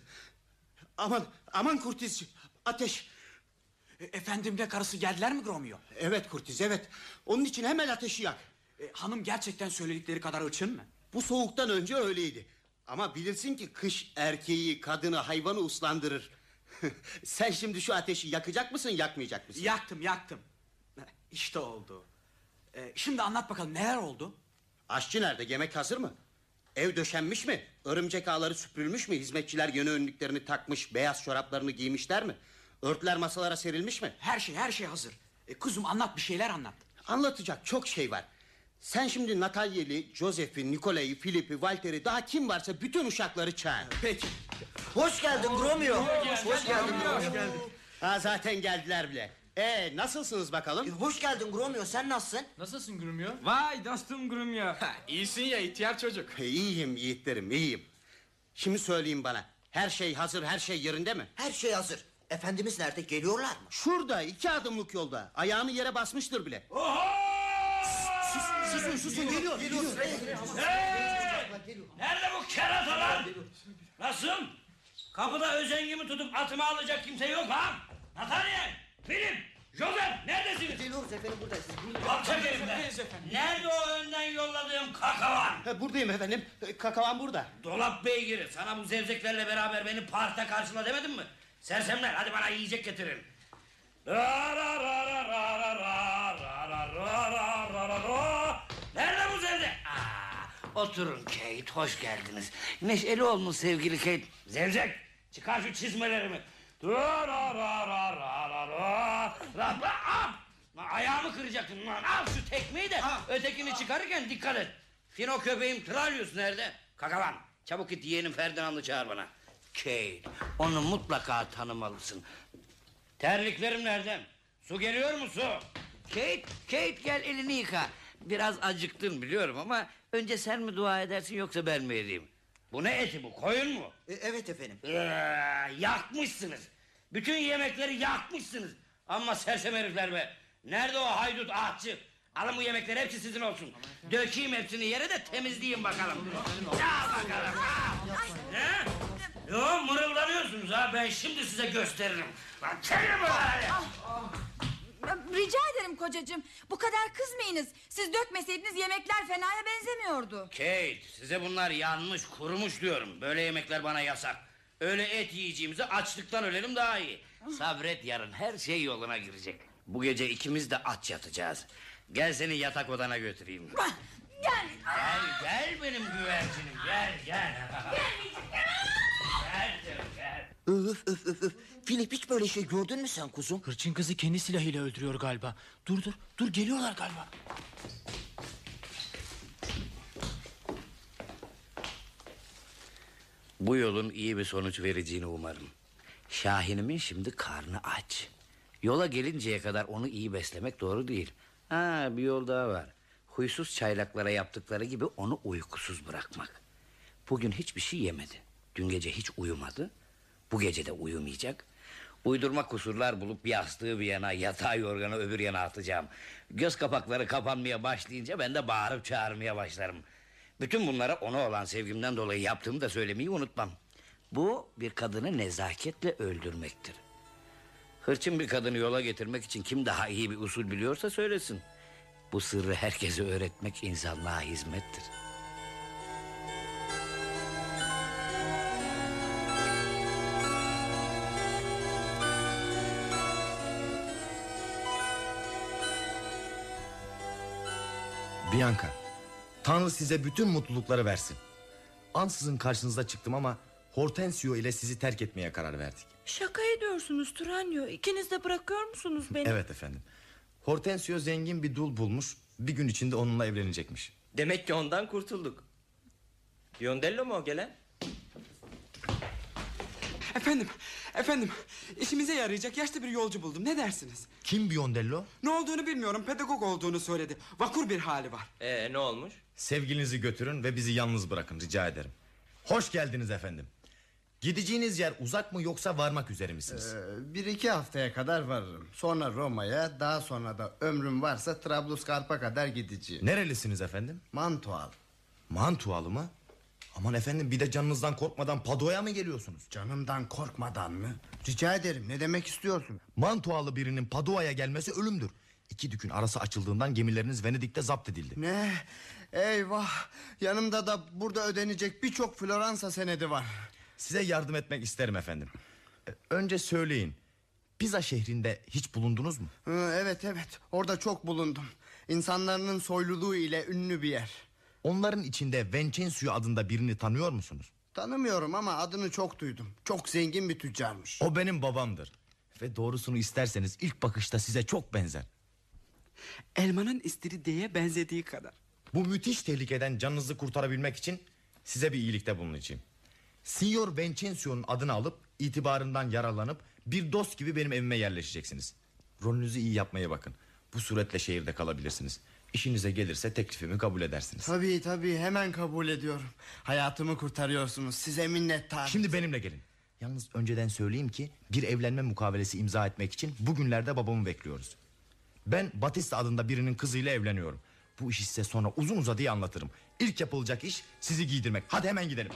Aman Kurtiz, ateş. Efendimle karısı geldiler mi Gromio? Evet Kurtiz, evet. Onun için hemen ateşi yak. Hanım gerçekten söyledikleri kadar hırçın mı? Bu soğuktan önce öyleydi. Ama bilirsin ki kış erkeği, kadını, hayvanı uslandırır. Sen şimdi şu ateşi yakacak mısın, yakmayacak mısın? Yaktım. İşte oldu. Şimdi anlat bakalım neler oldu? Aşçı nerede, yemek hazır mı? Ev döşenmiş mi? Örümcek ağları süpürülmüş mü? Hizmetçiler yeni önlüklerini takmış, beyaz çoraplarını giymişler mi? Örtüler masalara serilmiş mi? Her şey hazır. Kuzum anlat, bir şeyler anlat. Anlatacak çok şey var. Sen şimdi Natalya'yı, Joseph'i, Nikola'yı, Filip'i, Walter'i, daha kim varsa bütün uşakları çağır. Peki. Hoş geldin Gromio. Hoş geldin. Ha, zaten geldiler bile. Nasılsınız bakalım? Hoş geldin Gromio, sen nasılsın? Nasılsın Grumio? Vay dostum Gromio. İyisin ya ihtiyar çocuk. İyiyim yiğitlerim, iyiyim. Şimdi söyleyin bana, her şey hazır, her şey yerinde mi? Her şey hazır. Efendimiz nerede, geliyorlar mı? Şurada, 2 adımlık yolda. Ayağını yere basmıştır bile. Susun, geliyor. Nerede bu keratalar? Nasıl? Kapıda özengimi tutup atımı alacak kimse yok ha? Natalya, Filip, Joseph neredesiniz? Geliyoruz efendim, buradayız. Alçak elimden. Nerede o önden yolladığım kakavan? Buradayım efendim, kakavan burada. Dolap beygiri, sana bu zevzeklerle beraber beni parkta karşıla demedim mi? Sersemler, hadi bana yiyecek getirin. Nerede bu zevzek? Oturun Kate, hoş geldiniz. Neşeli olmuş sevgili Kate. Zevzek, çıkar şu çizmelerimi. Ayağımı kıracaksın lan. Al şu tekmeyi de ötekini çıkarırken dikkat et. Fino köpeğim Tralius nerede? Kakavan, çabuk git yeğenim Ferdinand'ı çağır bana. Kate, onu mutlaka tanımalısın. Terliklerim nereden? Su geliyor mu su? Kate gel elini yıka. Biraz acıktın biliyorum ama önce sen mi dua edersin yoksa ben mi edeyim? Bu ne eti bu, koyun mu? Evet efendim. Yakmışsınız. Bütün yemekleri yakmışsınız. Ama sersem herifler be. Nerede o haydut ahçı? Alın bu yemekleri, hepsi sizin olsun. Dökeyim hepsini yere de temizleyeyim bakalım. Al bakalım. Yo, mırıldanıyorsunuz ha. Ben şimdi size gösteririm. Lan çevirin buraya. Rica ederim kocacığım. Bu kadar kızmayınız. Siz dökmeseydiniz yemekler fenaya benzemiyordu. Kate, size bunlar yanmış, kurumuş diyorum. Böyle yemekler bana yasak. Öyle et yiyeceğimize açlıktan ölelim daha iyi. Sabret, yarın her şey yoluna girecek. Bu gece ikimiz de aç yatacağız. Gel seni yatak odana götüreyim. Gel. Gel benim güvercinim, gel. Gel canım, gel. Öf. Filip, hiç böyle şey gördün mü sen kuzum? Hırçın kızı kendi silahıyla öldürüyor galiba. Dur geliyorlar galiba. Bu yolun iyi bir sonuç vereceğini umarım. Şahinimin şimdi karnı aç. Yola gelinceye kadar onu iyi beslemek doğru değil. Bir yol daha var. Huysuz çaylaklara yaptıkları gibi onu uykusuz bırakmak. Bugün hiçbir şey yemedi. Dün gece hiç uyumadı. Bu gece de uyumayacak. Uydurma kusurlar bulup yastığı bir yana, yatağı yorganı öbür yana atacağım. Göz kapakları kapanmaya başlayınca ben de bağırıp çağırmaya başlarım. Bütün bunlara ona olan sevgimden dolayı yaptığımı da söylemeyi unutmam. Bu bir kadını nezaketle öldürmektir. Hırçın bir kadını yola getirmek için kim daha iyi bir usul biliyorsa söylesin. Bu sırrı herkese öğretmek insanlığa hizmettir. Bianca, Tanrı size bütün mutlulukları versin. Ansızın karşınıza çıktım ama Hortensio ile sizi terk etmeye karar verdik. Şaka ediyorsunuz Tranio. İkiniz de bırakıyor musunuz beni? Evet efendim. Hortensio zengin bir dul bulmuş, bir gün içinde onunla evlenecekmiş. Demek ki ondan kurtulduk. Biondello mu o gelen? Efendim, işimize yarayacak yaşlı bir yolcu buldum, ne dersiniz? Kim Biondello? Ne olduğunu bilmiyorum, pedagog olduğunu söyledi. Vakur bir hali var. Ne olmuş? Sevgilinizi götürün ve bizi yalnız bırakın, rica ederim. Hoş geldiniz efendim. Gideceğiniz yer uzak mı yoksa varmak üzere misiniz? 1-2 haftaya kadar varırım. Sonra Roma'ya, daha sonra da ömrüm varsa Trablusgarp'a kadar gideceğim. Nerelisiniz efendim? Mantual. Mantualı mı? Aman efendim, bir de canınızdan korkmadan Pado'ya mı geliyorsunuz? Canımdan korkmadan mı? Rica ederim, ne demek istiyorsun? Mantualı birinin Pado'ya gelmesi ölümdür. 2 dükün arası açıldığından gemileriniz Venedik'te zapt edildi. Ne? Eyvah! Yanımda da burada ödenecek birçok Floransa senedi var. Size yardım etmek isterim efendim. Önce söyleyin, Pisa şehrinde hiç bulundunuz mu? Evet, orada çok bulundum. İnsanların soyluluğu ile ünlü bir yer. Onların içinde Vincenzo adında birini tanıyor musunuz? Tanımıyorum ama adını çok duydum. Çok zengin bir tüccarmış. O benim babamdır. Ve doğrusunu isterseniz ilk bakışta size çok benzer. Elmanın istiridyeye benzediği kadar. Bu müthiş tehlikeden canınızı kurtarabilmek için size bir iyilikte bulunacağım. Signor Vincenzo'nun adını alıp itibarından yararlanıp bir dost gibi benim evime yerleşeceksiniz. Rolünüzü iyi yapmaya bakın. Bu suretle şehirde kalabilirsiniz. İşinize gelirse teklifimi kabul edersiniz. Tabii hemen kabul ediyorum. Hayatımı kurtarıyorsunuz, size minnettarım. Şimdi benimle gelin. Yalnız önceden söyleyeyim ki bir evlenme mukavelesi imza etmek için bugünlerde babamı bekliyoruz. Ben Batista adında birinin kızıyla evleniyorum. Bu işi size sonra uzun uzadıya anlatırım. İlk yapılacak iş sizi giydirmek. Hadi hemen gidelim.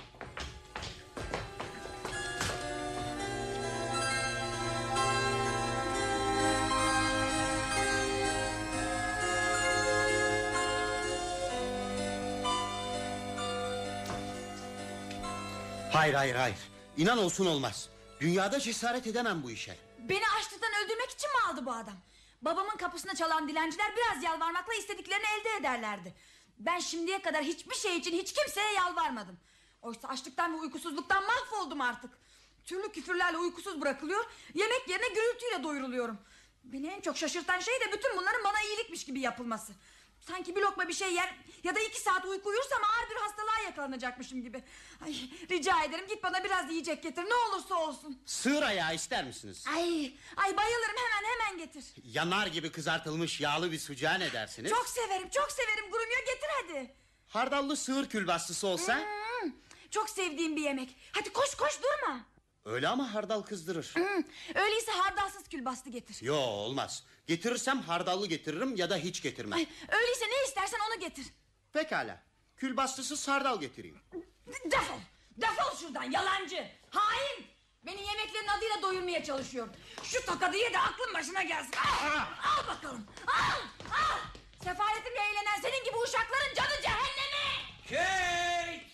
Hayır. İnan olsun olmaz. Dünyada cesaret edemem bu işe. Beni açlıktan öldürmek için mi aldı bu adam? Babamın kapısına çalan dilenciler biraz yalvarmakla istediklerini elde ederlerdi. Ben şimdiye kadar hiçbir şey için hiç kimseye yalvarmadım. Oysa açlıktan ve uykusuzluktan mahvoldum artık. Türlü küfürlerle uykusuz bırakılıyor, yemek yerine gürültüyle doyuruluyorum. Beni en çok şaşırtan şey de bütün bunların bana iyilikmiş gibi yapılması. Sanki bir lokma bir şey yer ya da 2 saat uyku uyursam ağır bir hastalığa yakalanacakmışım gibi. Ay, rica ederim git bana biraz yiyecek getir, ne olursa olsun. Sığır ayağı ister misiniz? Ay bayılırım, hemen getir. Yanar gibi kızartılmış yağlı bir sucuğa ne dersiniz? Çok severim Grumio, getir hadi. Hardallı sığır külbastısı olsa? Çok sevdiğim bir yemek. Hadi koş durma. Öyle ama hardal kızdırır. Öyleyse hardalsız külbastı getir. Yo, olmaz. Getirirsem hardallı getiririm ya da hiç getirmem. Öyleyse ne istersen onu getir. Pekala. Külbastısız hardal getireyim. Defol. Defol şuradan yalancı. Hain. Beni yemeklerin adıyla doyurmaya çalışıyor. Şu tokadı ye de aklın başına gelsin. Al bakalım. Al. Sefaletimle eğlenen senin gibi uşakların canı cehenneme. Kate!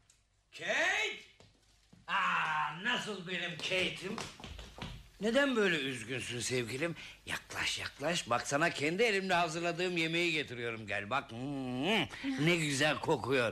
Kate! Nasıl benim Kate'im? Neden böyle üzgünsün sevgilim? Yaklaş. Bak sana kendi elimle hazırladığım yemeği getiriyorum, gel bak. Ne güzel kokuyor.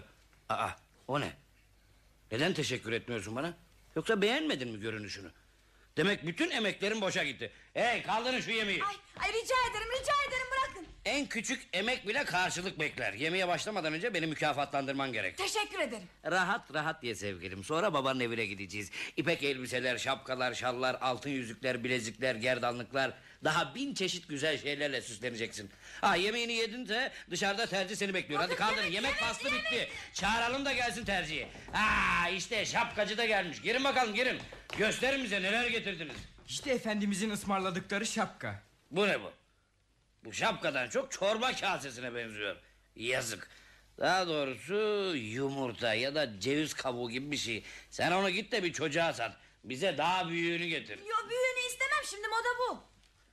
O ne? Neden teşekkür etmiyorsun bana? Yoksa beğenmedin mi görünüşünü? Demek bütün emeklerim boşa gitti. Hey, kaldırın şu yemeği. Ay rica ederim bırakın. En küçük emek bile karşılık bekler. Yemeğe başlamadan önce beni mükafatlandırman gerek. Teşekkür ederim. Rahat ye sevgilim. Sonra babanın evine gideceğiz. İpek elbiseler, şapkalar, şallar, altın yüzükler, bilezikler, gerdanlıklar, daha 1000 çeşit güzel şeylerle süsleneceksin. Yemeğini yedinse dışarıda terzi seni bekliyor. Hadi kaldırın, yemek faslı bitti. Çağıralım da gelsin terziyi. İşte şapkacı da gelmiş. Girin bakalım, girin. Gösterin bize neler getirdiniz. İşte efendimizin ısmarladıkları şapka. Bu ne bu? Bu şapkadan çok çorba kasesine benziyor. Yazık. Daha doğrusu yumurta ya da ceviz kabuğu gibi bir şey. Sen onu git de bir çocuğa sat. Bize daha büyüğünü getir. Büyüğünü istemem, şimdi moda bu.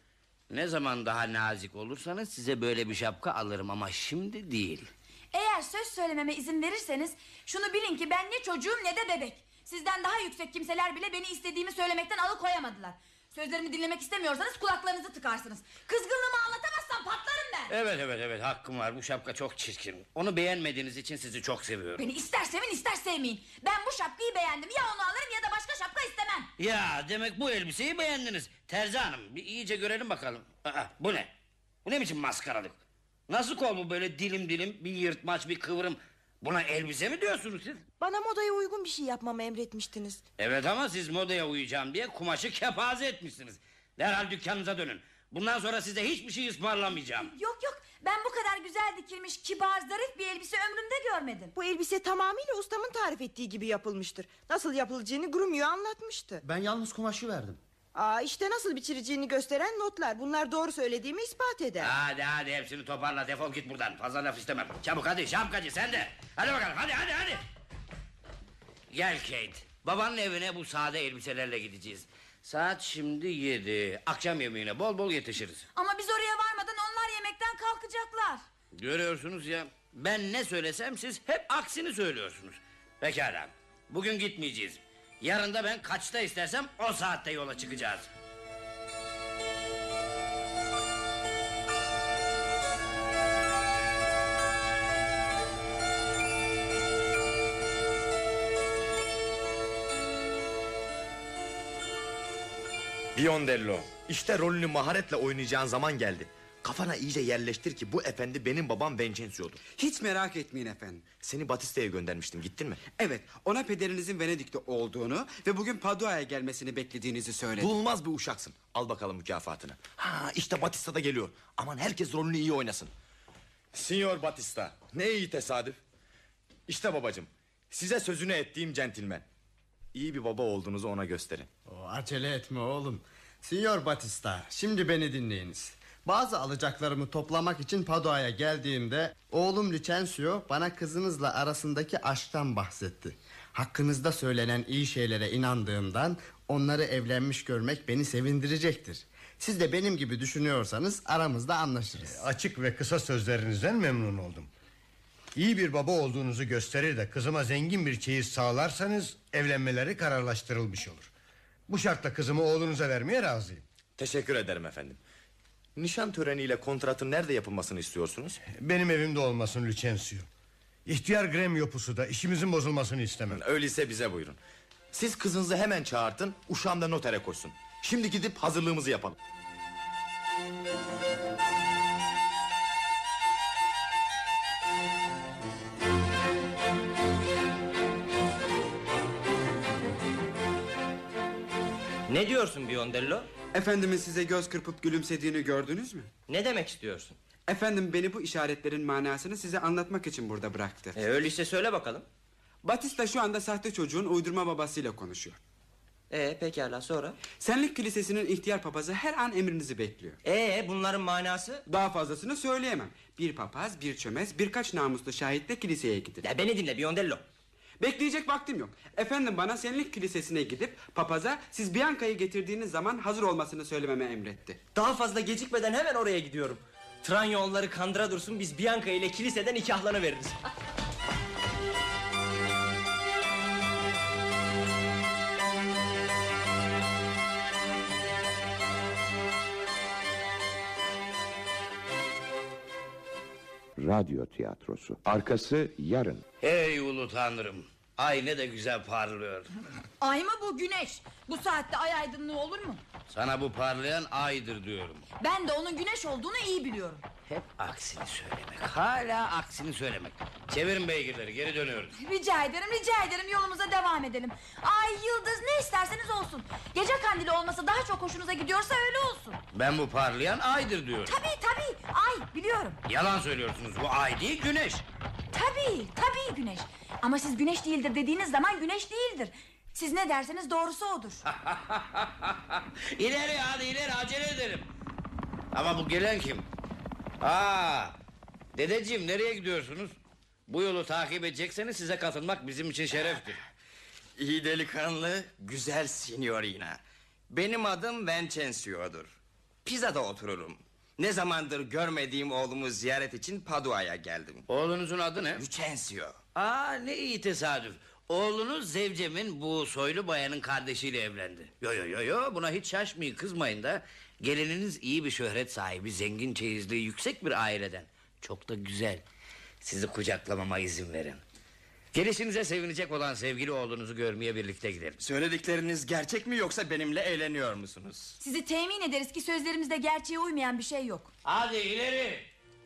Ne zaman daha nazik olursanız size böyle bir şapka alırım ama şimdi değil. Eğer söz söylememe izin verirseniz şunu bilin ki ben ne çocuğum ne de bebek. Sizden daha yüksek kimseler bile beni istediğimi söylemekten alıkoyamadılar. Sözlerimi dinlemek istemiyorsanız kulaklarınızı tıkarsınız. Kızgınlığımı anlatamazsam patlarım ben. Evet, hakkım var, bu şapka çok çirkin. Onu beğenmediğiniz için sizi çok seviyorum. Beni ister sevin ister sevmeyin. Ben bu şapkayı beğendim, ya onu alırım ya da başka şapka istemem. Ya demek bu elbiseyi beğendiniz. Terzi hanım, bir iyice görelim bakalım. Bu ne? Bu ne biçim maskaralık? Nasıl kol bu böyle dilim bir yırtmaç bir kıvrım? Buna elbise mi diyorsunuz siz? Bana modaya uygun bir şey yapmamı emretmiştiniz. Evet ama siz modaya uyacağım diye kumaşı kepaze etmişsiniz. Derhal dükkanınıza dönün. Bundan sonra size hiçbir şey ısmarlamayacağım. Yok ben bu kadar güzel dikilmiş kibar zarif bir elbise ömrümde görmedim. Bu elbise tamamıyla ustamın tarif ettiği gibi yapılmıştır. Nasıl yapılacağını Grumio anlatmıştı. Ben yalnız kumaşı verdim. İşte nasıl biçileceğini gösteren notlar. Bunlar doğru söylediğimi ispat eder. Hadi hepsini toparla, defol git buradan. Fazla laf istemem. Çabuk hadi, şapkacı sen de. Hadi bakalım, hadi. Gel Kate. Babanın evine bu sade elbiselerle gideceğiz. Saat şimdi 7. Akşam yemeğine bol bol yetişiriz. Ama biz oraya varmadan onlar yemekten kalkacaklar. Görüyorsunuz ya, ben ne söylesem siz hep aksini söylüyorsunuz. Pekala, bugün gitmeyeceğiz. Yarın da ben kaçta istersem o saatte yola çıkacağız. Biondello, işte rolünü maharetle oynayacağın zaman geldi. Kafana iyice yerleştir ki bu efendi benim babam Vincenzio'dur. Hiç merak etmeyin efendim. Seni Batista'ya göndermiştim, gittin mi? Evet, ona pederinizin Venedik'te olduğunu ve bugün Padua'ya gelmesini beklediğinizi söyledi. Bulunmaz bir uşaksın. Al bakalım mükafatını. İşte Batista da geliyor. Aman herkes rolünü iyi oynasın. Signor Batista, ne iyi tesadüf. İşte babacığım, size sözünü ettiğim centilmen. İyi bir baba olduğunuzu ona gösterin. Acele etme oğlum. Signor Batista, şimdi beni dinleyiniz. Bazı alacaklarımı toplamak için Padua'ya geldiğimde oğlum Lucenzio bana kızınızla arasındaki aşktan bahsetti. Hakkınızda söylenen iyi şeylere inandığımdan onları evlenmiş görmek beni sevindirecektir. Siz de benim gibi düşünüyorsanız aramızda anlaşırız. Açık ve kısa sözlerinizden memnun oldum. İyi bir baba olduğunuzu gösterir de kızıma zengin bir çeyiz sağlarsanız evlenmeleri kararlaştırılmış olur. Bu şartla kızımı oğlunuza vermeye razıyım. Teşekkür ederim efendim. Nişan töreniyle kontratın nerede yapılmasını istiyorsunuz? Benim evimde olmasın Lucenzio. İhtiyar Gremio pusuda, işimizin bozulmasını istemem. Öyleyse bize buyurun. Siz kızınızı hemen çağırtın, uşağım da notere koysun. Şimdi gidip hazırlığımızı yapalım. Ne diyorsun Biondello? Efendimin size göz kırpıp gülümsediğini gördünüz mü? Ne demek istiyorsun? Efendim beni bu işaretlerin manasını size anlatmak için burada bıraktı. Öyleyse söyle bakalım. Batista şu anda sahte çocuğun uydurma babasıyla konuşuyor. Pekala, sonra? Senlik Kilisesi'nin ihtiyar papazı her an emrinizi bekliyor. Bunların manası? Daha fazlasını söyleyemem. Bir papaz, bir çömez, birkaç namuslu şahitle kiliseye gidilir. Beni dinle Biondello. Bekleyecek vaktim yok. Efendim bana Senlik Kilisesi'ne gidip papaza siz Bianca'yı getirdiğiniz zaman hazır olmasını söylememe emretti. Daha fazla gecikmeden hemen oraya gidiyorum. Tranyo onları kandıra dursun, biz Bianca ile kiliseden nikahlanıveririz. Radyo tiyatrosu. Arkası yarın. Hey ulu tanrım. Ay ne de güzel parlıyor. Ay mı bu, güneş? Bu saatte ay aydınlığı olur mu? Sana bu parlayan aydır diyorum. Ben de onun güneş olduğunu iyi biliyorum. Hep aksini söylemek. Hala aksini söylemek. Çevirin beygirleri, geri dönüyoruz. Rica ederim, yolumuza devam edelim. Ay, yıldız, ne isterseniz olsun. Gece kandili olması daha çok hoşunuza gidiyorsa öyle olsun. Ben bu parlayan aydır diyorum. Tabii, ay, biliyorum. Yalan söylüyorsunuz, bu ay değil güneş. Tabii güneş. Ama siz güneş değildir dediğiniz zaman güneş değildir. Siz ne derseniz doğrusu odur. İleri hadi ileri, acele edelim. Ama bu gelen kim? Dedeciğim, nereye gidiyorsunuz? Bu yolu takip edecekseniz size katılmak bizim için şereftir. İyi delikanlı, güzel signorina. Benim adım Vincenzo'dur. Pisa'da otururum. Ne zamandır görmediğim oğlumu ziyaret için Padua'ya geldim. Oğlunuzun adı ne? Vincenzo. Ne iyi tesadüf. Oğlunuz Zevcem'in bu soylu bayanın kardeşiyle evlendi. Yo, buna hiç şaşmayın, kızmayın da. Gelininiz iyi bir şöhret sahibi, zengin çeyizliği yüksek bir aileden. Çok da güzel. Sizi kucaklamama izin verin. Gelişinize sevinecek olan sevgili oğlunuzu görmeye birlikte gidelim. Söyledikleriniz gerçek mi yoksa benimle eğleniyor musunuz? Sizi temin ederiz ki sözlerimizde gerçeğe uymayan bir şey yok. Hadi ileri.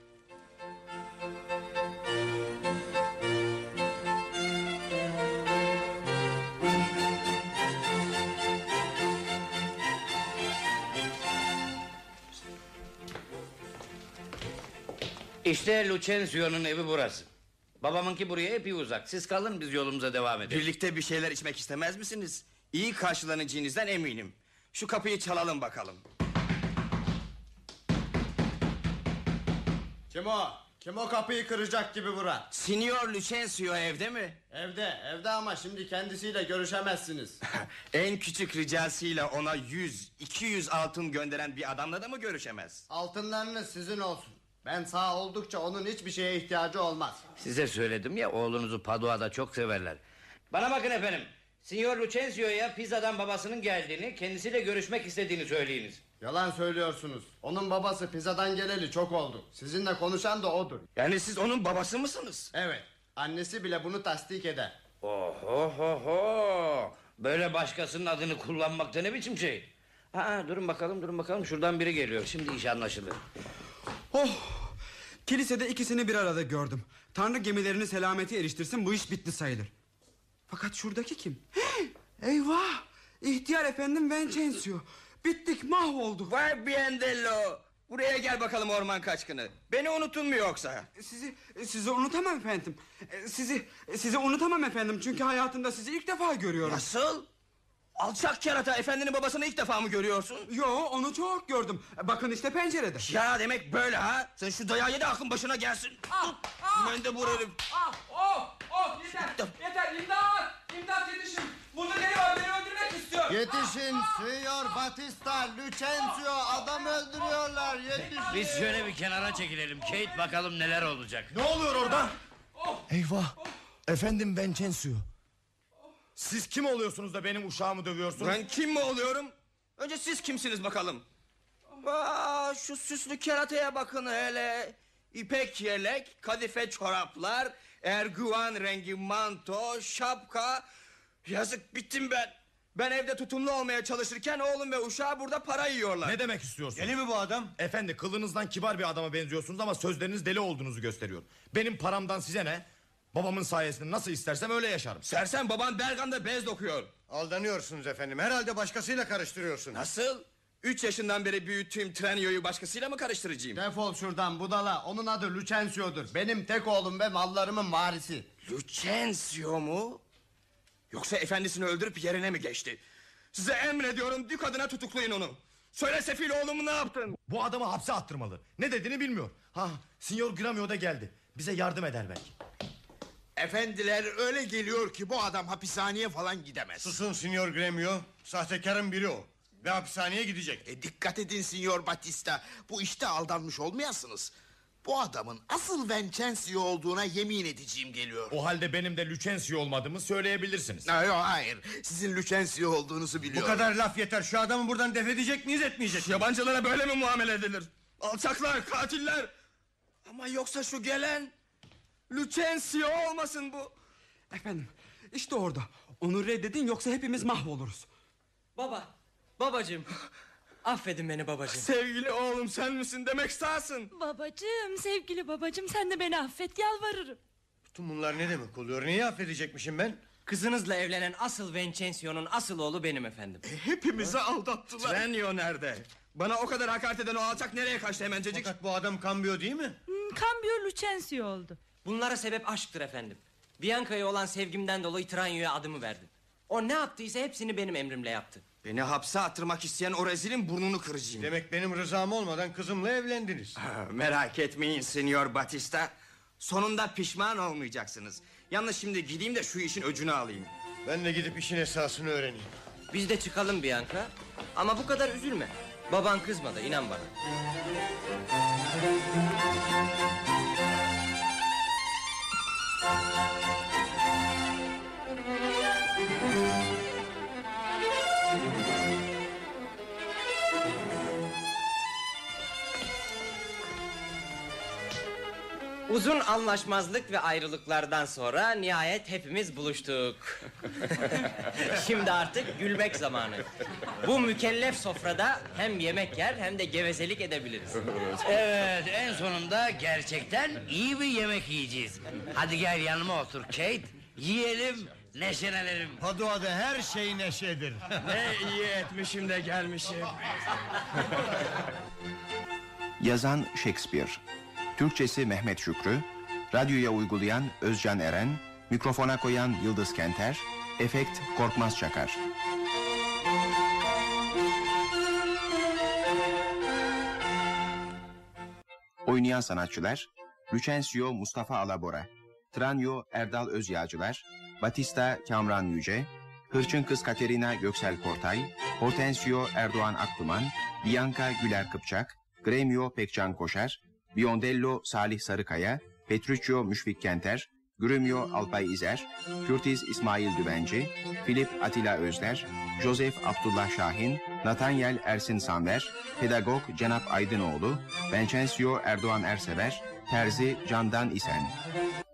İşte Lucenzio'nun evi burası. Babamınki buraya epey uzak. Siz kalın, biz yolumuza devam edelim. Birlikte bir şeyler içmek istemez misiniz? İyi karşılanacağınızdan eminim. Şu kapıyı çalalım bakalım. Kim o kapıyı kıracak gibi vuran? Signor Lucenzio evde mi? Evde ama şimdi kendisiyle görüşemezsiniz. En küçük ricasıyla ona 100-200 altın gönderen bir adamla da mı görüşemez? Altınlarınız sizin olsun. Ben sağ oldukça onun hiçbir şeye ihtiyacı olmaz. Size söyledim ya, oğlunuzu Padua'da çok severler. Bana bakın efendim. Signor Lucenzio'ya Pisa'dan babasının geldiğini, kendisiyle görüşmek istediğini söyleyiniz. Yalan söylüyorsunuz. Onun babası Pisa'dan geleli çok oldu. Sizinle konuşan da odur. Yani siz onun babası mısınız? Evet. Annesi bile bunu tasdik eder. Oho. Böyle başkasının adını kullanmak da ne biçim şey? Durun bakalım. Şuradan biri geliyor. Şimdi iş anlaşılır. Kilisede ikisini bir arada gördüm. Tanrı gemilerini selamete eriştirsin, bu iş bitti sayılır. Fakat şuradaki kim? Eyvah! İhtiyar efendim Vincenzo. Bittik, mahvolduk. Vay Biendello. Buraya gel bakalım orman kaçkını. Beni unuttun mu yoksa? Sizi unutamam efendim. Sizi unutamam efendim. Çünkü hayatımda sizi ilk defa görüyorum. Nasıl? Alçak kerata, efendinin babasını ilk defa mı görüyorsun? Yo, onu çok gördüm. Bakın işte pencerede. Ya demek böyle ha? Sen şu dayağı ye de aklın başına gelsin. Ben de vurarım. Yeter, imdat yetişin. Burada deli var, beni öldürmek istiyor. Yetişin Signor Batista, Lucenzio, adam öldürüyorlar, yetişin. Biz şöyle bir kenara çekilelim. Kate, bakalım neler olacak. Ne oluyor orada? Eyvah. Efendim Vincenzo. Siz kim oluyorsunuz da benim uşağımı dövüyorsunuz? Ben kim mi oluyorum? Önce siz kimsiniz bakalım? Şu süslü kerataya bakın hele. İpek yelek, kadife çoraplar, erguvan rengi manto, şapka. Yazık, bittim ben. Ben evde tutumlu olmaya çalışırken oğlum ve uşağı burada para yiyorlar. Ne demek istiyorsun? Deli mi bu adam? Efendi, kılığınızdan kibar bir adama benziyorsunuz ama sözleriniz deli olduğunuzu gösteriyor. Benim paramdan size ne? Babamın sayesinde nasıl istersem öyle yaşarım. Sersem baban Bergam'da bez dokuyor. Aldanıyorsunuz efendim. Herhalde başkasıyla karıştırıyorsunuz. Nasıl? 3 yaşından beri büyüttüğüm Tranio'yu başkasıyla mı karıştıracağım? Defol şuradan budala. Onun adı Lucenzio'dur. Benim tek oğlum ve mallarımın varisi. Lucenzio mu? Yoksa efendisini öldürüp yerine mi geçti? Size emrediyorum, dük adına tutuklayın onu. Söyle sefil oğlumu ne yaptın? Bu adamı hapse attırmalı. Ne dediğini bilmiyor. Signor Gramio da geldi. Bize yardım eder belki. Efendiler, öyle geliyor ki bu adam hapishaneye falan gidemez. Susun Signor Gremio. Sahtekarın biri o. Ve hapishaneye gidecek. Dikkat edin Signor Batista. Bu işte aldanmış olmayasınız. Bu adamın asıl Vincenzo olduğuna yemin edeceğim geliyor. O halde benim de Lucensio olmadığımı söyleyebilirsiniz. Hayır, sizin Lucensio olduğunuzu biliyorum. Bu kadar laf yeter. Şu adamı buradan def edecek miyiz, etmeyecek? Yabancılara böyle mi muamele edilir? Alçaklar, katiller. Ama yoksa şu gelen Lucensio olmasın bu. Efendim, işte orada. Onu reddedin, yoksa hepimiz mahvoluruz. Babacığım. Affedin beni babacığım. Sevgili oğlum, sen misin? Demek sağsın. Babacığım, sevgili babacığım, sen de beni affet, yalvarırım. Bütün bunlar ne demek oluyor? Neyi affedecekmişim ben? Kızınızla evlenen asıl Vincenzo'nun asıl oğlu benim efendim. Hepimizi aldattılar. Tranio nerede? Bana o kadar hakaret eden o alçak nereye kaçtı hemencecik? Fakat bu adam Cambio değil mi? Cambio Lucensio oldu. Bunlara sebep aşktır efendim. Bianca'ya olan sevgimden dolayı Tranio'ya adımı verdim. O ne yaptıysa hepsini benim emrimle yaptı. Beni hapse attırmak isteyen o rezilin burnunu kıracağım. Demek benim rızam olmadan kızımla evlendiniz. Merak etmeyin Signor Batista. Sonunda pişman olmayacaksınız. Yalnız şimdi gideyim de şu işin öcünü alayım. Ben de gidip işin esasını öğreneyim. Biz de çıkalım Bianca. Ama bu kadar üzülme. Baban kızmadı, inan bana. Uzun anlaşmazlık ve ayrılıklardan sonra nihayet hepimiz buluştuk. Şimdi artık gülmek zamanı. Bu mükellef sofrada hem yemek yer hem de gevezelik edebiliriz. Evet, en sonunda gerçekten iyi bir yemek yiyeceğiz. Hadi gel yanıma otur Kate. Yiyelim, neşelenelim. Padua'da her şey neşedir. Ne iyi etmişim de gelmişim. Yazan Shakespeare. Türkçesi Mehmet Şükrü, radyoya uygulayan Özcan Eren, mikrofona koyan Yıldız Kenter, efekt Korkmaz Çakar. Oynayan sanatçılar: Lucensio Mustafa Alabora, Tranio Erdal Özyağcılar, Batista Kamran Yüce, Hırçın Kız Katerina Göksel Kortay, Hortensio Erdoğan Akduman, Bianca Güler Kıpçak, Gremio Pekcan Koşar, Biondello Salih Sarıkaya, Petruccio Müşfik Kenter, Grumio Alpay İzer, Kürtiz İsmail Dübenci, Filip Atilla Özler, Joseph Abdullah Şahin, Nathaniel Ersin Sanver, Pedagog Cenap Aydınoğlu, Vincenzo Erdoğan Ersever, Terzi Candan İsen.